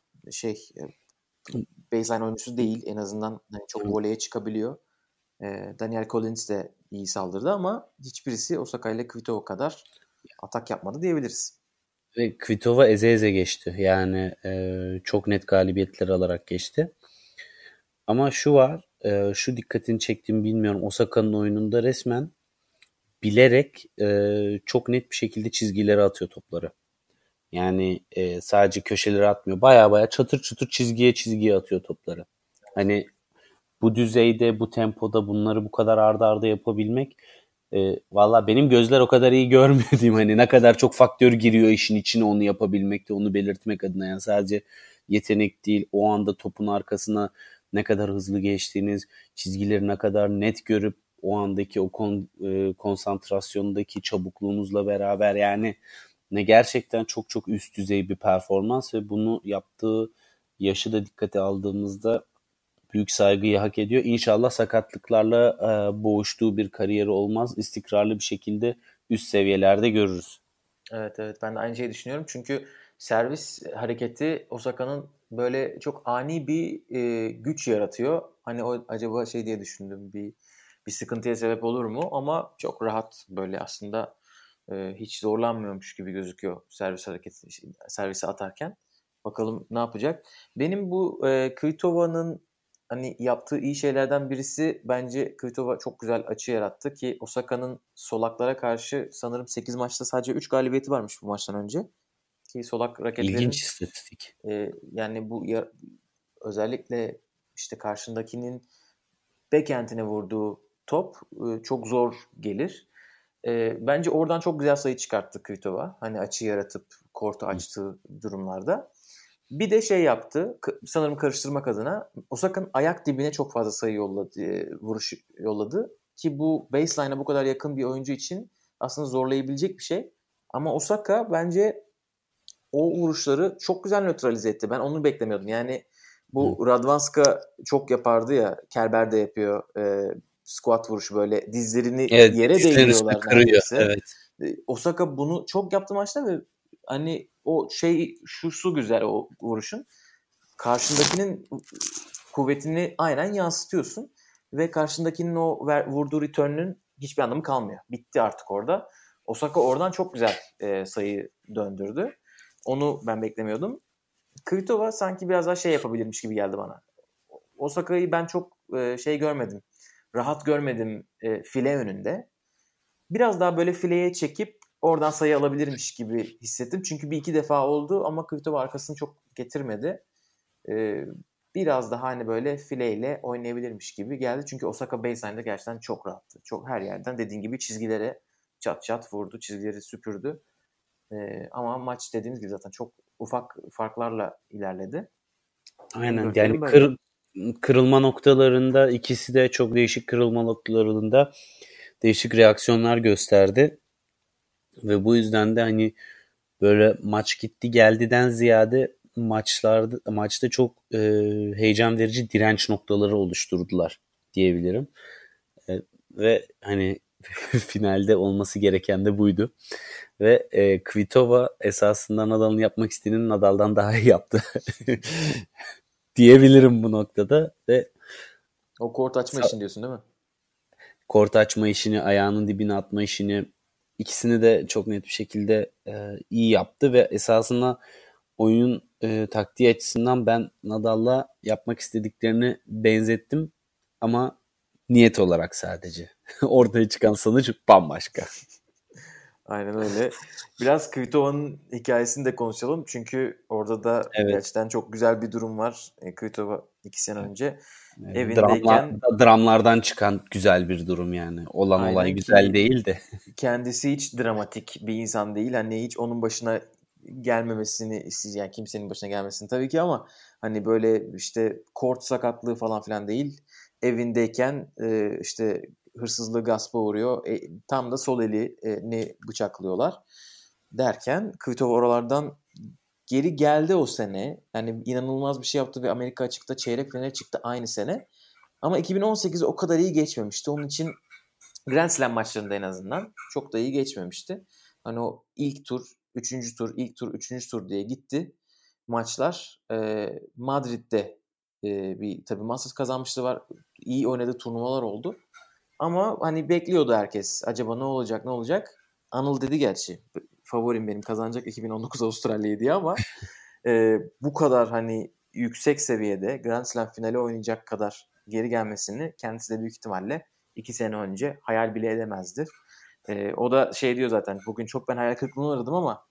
baseline oyuncusu değil. En azından yani çok voleye çıkabiliyor. Daniel Collins de iyi saldırdı ama hiçbirisi Osaka ile Kvitova kadar atak yapmadı diyebiliriz. Ve Kvitova eze geçti. Yani çok net galibiyetler alarak geçti. Ama şu var, şu dikkatini çektiğimi bilmiyorum. Osaka'nın oyununda resmen bilerek çok net bir şekilde çizgilere atıyor topları. Yani sadece köşelere atmıyor. Baya çatır çutur çizgiye atıyor topları. Hani bu düzeyde, bu tempoda bunları bu kadar arda arda yapabilmek, valla benim gözler o kadar iyi görmüyor diyeyim. Hani ne kadar çok faktör giriyor işin içine onu yapabilmekte, onu belirtmek adına. Yani sadece yetenek değil. O anda topun arkasına ne kadar hızlı geçtiğiniz, çizgileri ne kadar net görüp o andaki o konsantrasyondaki çabukluğunuzla beraber yani ne gerçekten çok çok üst düzey bir performans ve bunu yaptığı yaşı da dikkate aldığımızda büyük saygıyı hak ediyor. İnşallah sakatlıklarla boğuştuğu bir kariyeri olmaz. İstikrarlı bir şekilde üst seviyelerde görürüz. Evet, ben de aynı şeyi düşünüyorum. Çünkü servis hareketi Osaka'nın böyle çok ani bir güç yaratıyor. Hani o acaba şey diye düşündüm, bir sıkıntıya sebep olur mu? Ama çok rahat böyle aslında hiç zorlanmıyormuş gibi gözüküyor servisi atarken. Bakalım ne yapacak? Benim bu Kvitova'nın hani yaptığı iyi şeylerden birisi, bence Kvitova çok güzel açı yarattı ki Osaka'nın solaklara karşı sanırım 8 maçta sadece 3 galibiyeti varmış bu maçtan önce. Ki solak raketlerin İlginç istatistik. yani özellikle işte karşındakinin backhand'ine vurduğu top çok zor gelir. Bence oradan çok güzel sayı çıkarttı Kvitova. Hani açı yaratıp kortu açtığı durumlarda. Bir de şey yaptı. Sanırım karıştırmak adına Osaka'nın ayak dibine çok fazla sayı vuruş yolladı. Ki bu baseline'a bu kadar yakın bir oyuncu için aslında zorlayabilecek bir şey. Ama Osaka bence o vuruşları çok güzel nötralize etti. Ben onu beklemiyordum. Yani bu Radwanska çok yapardı ya. Kerber de yapıyor. Squat vuruşu böyle dizlerini yere değdiriyorlar neredeyse. Evet. Osaka bunu çok yaptı maçta ve hani o şey şusu güzel o vuruşun. Karşındakinin kuvvetini aynen yansıtıyorsun ve karşındakinin o vurduğu return'ün hiçbir anlamı kalmıyor. Bitti artık orada. Osaka oradan çok güzel sayı döndürdü. Onu ben beklemiyordum. Kvitova sanki biraz daha şey yapabilirmiş gibi geldi bana. Osaka'yı ben çok şey görmedim. Rahat görmedim file önünde. Biraz daha böyle fileye çekip oradan sayı alabilirmiş gibi hissettim. Çünkü bir iki defa oldu ama Kvitova arkasını çok getirmedi. Biraz daha hani böyle fileyle oynayabilirmiş gibi geldi. Çünkü Osaka baseline'da gerçekten çok rahattı. Çok her yerden dediğin gibi çizgilere çat çat vurdu. Çizgileri süpürdü. Ama maç dediğiniz gibi zaten çok ufak farklarla ilerledi. Aynen yani kırılma noktalarında ikisi de çok değişik kırılma noktalarında değişik reaksiyonlar gösterdi. Ve bu yüzden de hani böyle maç gitti geldiden ziyade maçta çok heyecan verici direnç noktaları oluşturdular diyebilirim. Ve hani finalde olması gereken de buydu. Ve Kvitova esasında Nadal'ın yapmak istediğini Nadal'dan daha iyi yaptı. Diyebilirim bu noktada. Ve o kort açma işini diyorsun değil mi? Kort açma işini, ayağının dibine atma işini, ikisini de çok net bir şekilde iyi yaptı ve esasında oyun taktiği açısından ben Nadal'la yapmak istediklerini benzettim ama niyet olarak sadece. Ortaya çıkan sonuç bambaşka. Aynen öyle. Biraz Kvitova'nın hikayesini de konuşalım. Çünkü orada da gerçekten çok güzel bir durum var. Kvitova 2 sene önce evindeyken... Dramlardan çıkan güzel bir durum yani. Olan olay güzel değil de. Kendisi hiç dramatik bir insan değil. Hani hiç onun başına gelmemesini isteyeceğim. Yani kimsenin başına gelmesini tabii ki ama hani böyle işte kort sakatlığı falan filan değil. Evindeyken işte hırsızlığı gaspa uğruyor. Tam da sol elini bıçaklıyorlar derken Kvitova oralardan geri geldi o sene. Yani inanılmaz bir şey yaptı ve Amerika açıkta çeyrek finale çıktı aynı sene. Ama 2018 o kadar iyi geçmemişti. Onun için Grand Slam maçlarında en azından çok da iyi geçmemişti. Hani o ilk tur, üçüncü tur, ilk tur, üçüncü tur diye gitti maçlar. Madrid'de bir tabii Masters kazanmışlığı var. İyi oynadığı turnuvalar oldu. Ama hani bekliyordu herkes. Acaba ne olacak? Anıl dedi gerçi. Favorim benim kazanacak 2019 Avustralya'yı diye ama bu kadar hani yüksek seviyede Grand Slam finali oynayacak kadar geri gelmesini kendisi de büyük ihtimalle 2 sene önce hayal bile edemezdi. O da şey diyor zaten, bugün çok ben hayal kırıklığına uğradım ama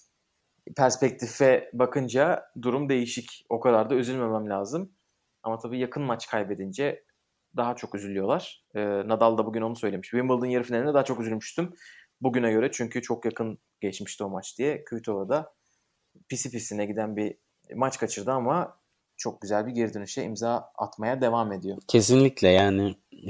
perspektife bakınca durum değişik. O kadar da üzülmemem lazım. Ama tabii yakın maç kaybedince daha çok üzülüyorlar. Nadal da bugün onu söylemiş. Wimbledon yarı finalinde daha çok üzülmüştüm bugüne göre. Çünkü çok yakın geçmişti o maç diye. Kvitova da pisi pisine giden bir maç kaçırdı ama çok güzel bir geri dönüşe imza atmaya devam ediyor. Kesinlikle yani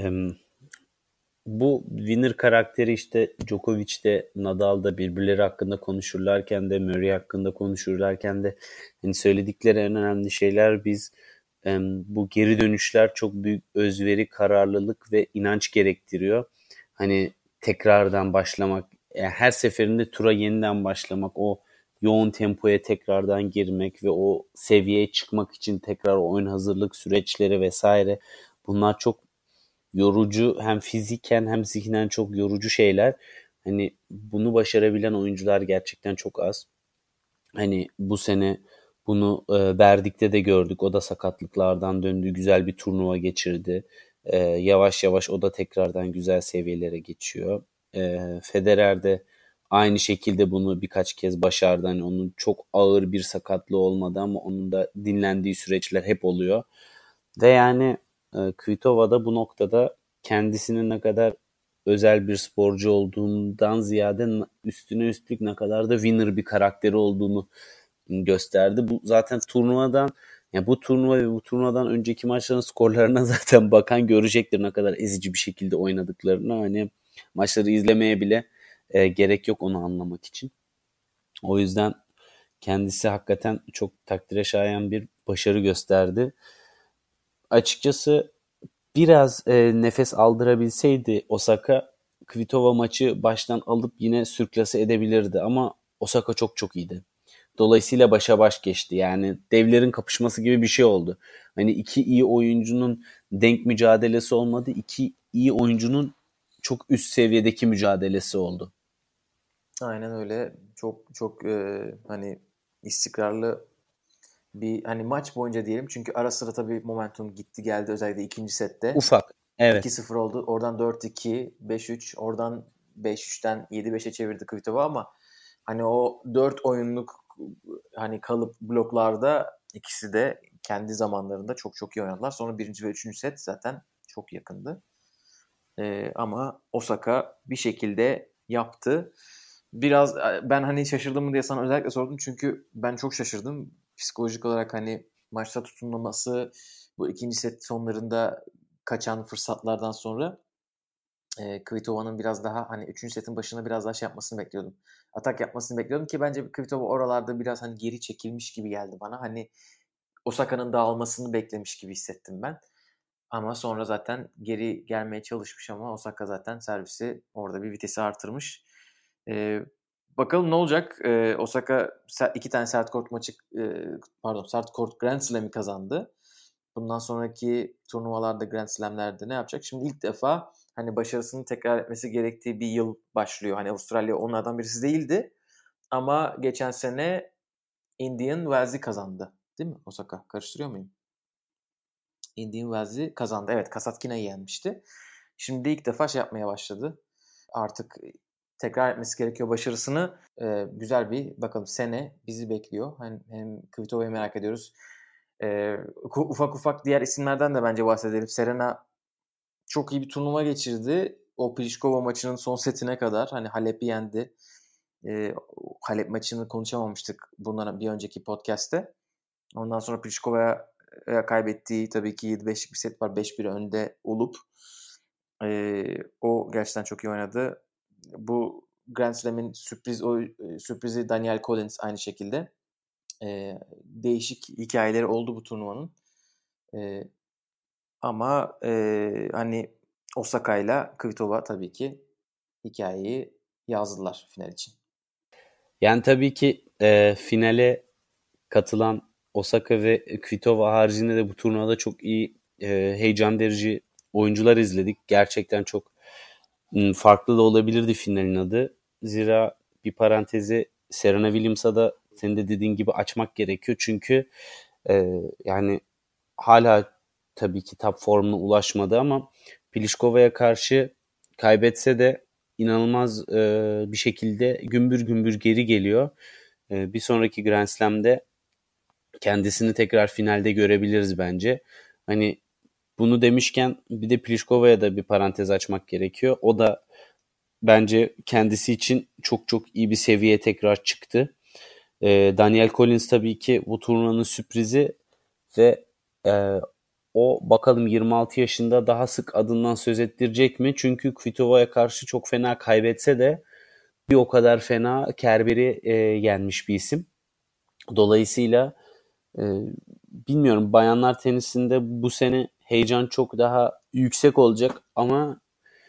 bu winner karakteri işte Djokovic'te, Nadal'da birbirleri hakkında konuşurlarken de, Murray hakkında konuşurlarken de hani söyledikleri en önemli şeyler bu geri dönüşler çok büyük özveri, kararlılık ve inanç gerektiriyor. Hani tekrardan başlamak, yani her seferinde tura yeniden başlamak, o yoğun tempoya tekrardan girmek ve o seviyeye çıkmak için tekrar oyun hazırlık süreçleri vesaire, bunlar çok yorucu, hem fiziken hem zihnen çok yorucu şeyler. Hani bunu başarabilen oyuncular gerçekten çok az. Hani bu sene bunu Berdik'te de gördük. O da sakatlıklardan döndü. Güzel bir turnuva geçirdi. Yavaş yavaş o da tekrardan güzel seviyelere geçiyor. Federer de aynı şekilde bunu birkaç kez başardı. Hani onun çok ağır bir sakatlığı olmadı ama onun da dinlendiği süreçler hep oluyor. Ve yani Kvitova da bu noktada kendisinin ne kadar özel bir sporcu olduğundan ziyade üstüne üstlük ne kadar da winner bir karakteri olduğunu gösterdi. Bu zaten turnuvadan, yani bu turnuva ve bu turnuvadan önceki maçların skorlarına zaten bakan görecektir ne kadar ezici bir şekilde oynadıklarını. Hani maçları izlemeye bile gerek yok onu anlamak için. O yüzden kendisi hakikaten çok takdire şayan bir başarı gösterdi. Açıkçası biraz nefes aldırabilseydi Osaka, Kvitova maçı baştan alıp yine sürklase edebilirdi ama Osaka çok çok iyiydi. Dolayısıyla başa baş geçti. Yani devlerin kapışması gibi bir şey oldu. Hani iki iyi oyuncunun denk mücadelesi olmadı. İki iyi oyuncunun çok üst seviyedeki mücadelesi oldu. Aynen öyle. Çok çok hani istikrarlı bir hani maç boyunca diyelim. Çünkü ara sıra tabii momentum gitti geldi özellikle ikinci sette. Ufak. Evet. 2-0 oldu. Oradan 4-2, 5-3, oradan 5-3'ten 7-5'e çevirdi Kvitova ama hani o 4 oyunluk hani kalıp bloklarda ikisi de kendi zamanlarında çok çok iyi oynadılar. Sonra birinci ve üçüncü set zaten çok yakındı. Ama Osaka bir şekilde yaptı. Biraz ben hani şaşırdım mı diye sana özellikle sordum. Çünkü ben çok şaşırdım. Psikolojik olarak hani maçta tutunmaması, bu ikinci set sonlarında kaçan fırsatlardan sonra Kvitova'nın biraz daha hani 3. setin başına biraz daha şey yapmasını bekliyordum. Atak yapmasını bekliyordum ki bence Kvitova oralarda biraz hani geri çekilmiş gibi geldi bana. Hani Osaka'nın dağılmasını beklemiş gibi hissettim ben. Ama sonra zaten geri gelmeye çalışmış ama Osaka zaten servisi orada bir vitesi artırmış. Bakalım ne olacak? Osaka 2 tane sert kort maçı sert kort Grand Slam'i kazandı. Bundan sonraki turnuvalarda Grand Slam'lerde ne yapacak? Şimdi ilk defa hani başarısını tekrar etmesi gerektiği bir yıl başlıyor. Hani Avustralya onlardan birisi değildi. Ama geçen sene Indian Wells'i kazandı. Değil mi Osaka? Karıştırıyor muyum? Indian Wells'i kazandı. Evet, Kasatkina'yı yenmişti. Şimdi ilk defa şey yapmaya başladı. Artık tekrar etmesi gerekiyor başarısını. Güzel bir bakalım sene bizi bekliyor. Hem Kvitova'yı merak ediyoruz. Ufak ufak diğer isimlerden de bence bahsedelim. Serena çok iyi bir turnuva geçirdi. O Pliskova maçının son setine kadar hani Halep'i yendi. Halep maçını konuşamamıştık bundan bir önceki podcast'te. Ondan sonra Pliskova'ya kaybettiği tabii ki 7-5'lik bir set var. 5-1 önde olup o gerçekten çok iyi oynadı. Bu Grand Slam'in sürprizi Daniel Collins aynı şekilde. Değişik hikayeleri oldu bu turnuvanın. Ama hani Osaka ile Kvitova tabii ki hikayeyi yazdılar final için. Yani tabii ki finale katılan Osaka ve Kvitova haricinde de bu turnuvada çok iyi heyecan verici oyuncular izledik. Gerçekten çok farklı da olabilirdi finalin adı. Zira bir parantezi Serena Williams'a da senin de dediğin gibi açmak gerekiyor. Çünkü yani hala tabii ki top formuna ulaşmadı ama Pliškova'ya karşı kaybetse de inanılmaz bir şekilde gümbür gümbür geri geliyor. Bir sonraki Grand Slam'de kendisini tekrar finalde görebiliriz bence. Hani bunu demişken bir de Pliškova'ya da bir parantez açmak gerekiyor. O da bence kendisi için çok çok iyi bir seviyeye tekrar çıktı. Daniel Collins tabii ki bu turnuvanın sürprizi ve e, o bakalım 26 yaşında daha sık adından söz ettirecek mi? Çünkü Kvitova'ya karşı çok fena kaybetse de bir o kadar fena Kerber'i yenmiş bir isim. Dolayısıyla e, bilmiyorum, bayanlar tenisinde bu sene heyecan çok daha yüksek olacak ama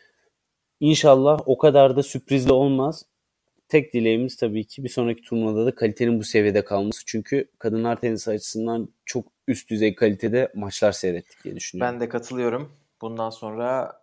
inşallah o kadar da sürprizli olmaz. Tek dileğimiz tabii ki bir sonraki turnuvada da kalitenin bu seviyede kalması. Çünkü kadınlar tenisi açısından çok üst düzey kalitede maçlar seyrettik diye düşünüyorum. Ben de katılıyorum. Bundan sonra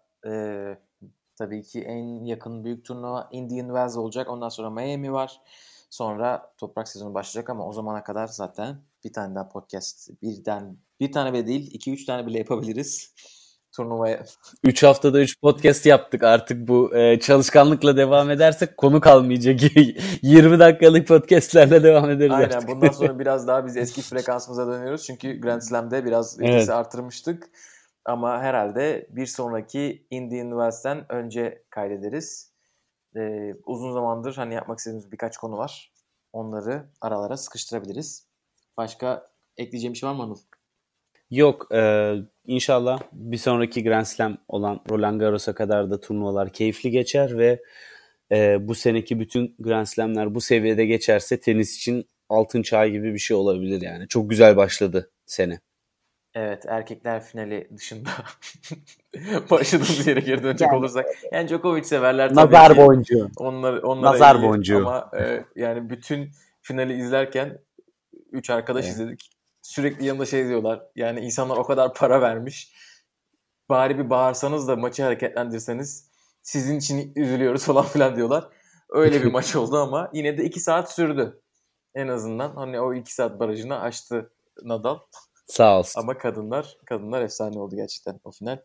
tabii ki en yakın büyük turnuva Indian Wells olacak. Ondan sonra Miami var. Sonra toprak sezonu başlayacak ama o zamana kadar zaten bir tane daha podcast, bir tane bile değil 2-3 tane bile yapabiliriz turnuvaya. 3 haftada 3 podcast yaptık. Artık bu çalışkanlıkla devam edersek konu kalmayacak. 20 dakikalık podcastlerle devam ederiz Aynen, artık. bundan sonra biraz daha biz eski frekansımıza dönüyoruz. Çünkü Grand Slam'de biraz vitesi Evet. artırmıştık. Ama herhalde bir sonraki Indian Wells'ten önce kaydederiz. Uzun zamandır hani yapmak istediğimiz birkaç konu var. Onları aralara sıkıştırabiliriz. Başka ekleyeceğim bir şey var mı Anıl? Yok, inşallah bir sonraki Grand Slam olan Roland Garros'a kadar da turnuvalar keyifli geçer ve bu seneki bütün Grand Slam'ler bu seviyede geçerse tenis için altın çağ gibi bir şey olabilir yani. Çok güzel başladı sene. Evet, erkekler finali dışında başladığımız yere geri dönecek olursak. Yani Djokovic severler tabii Nazar ki. boncuğu. Onlara Nazar iyi boncuğu. ama yani bütün finali izlerken 3 arkadaş Evet. izledik. Sürekli yanında şey diyorlar. Yani insanlar o kadar para vermiş. Bari bir bağırsanız da maçı hareketlendirseniz sizin için üzülüyoruz falan filan diyorlar. Öyle bir maç oldu ama yine de 2 saat sürdü. En azından hani o 2 saat barajını aştı Nadal. Sağ olsun. Ama kadınlar efsane oldu gerçekten o final.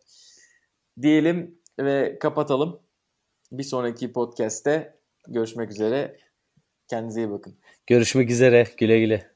Diyelim ve kapatalım. Bir sonraki podcast'te görüşmek üzere. Kendinize iyi bakın. Görüşmek üzere. Güle güle.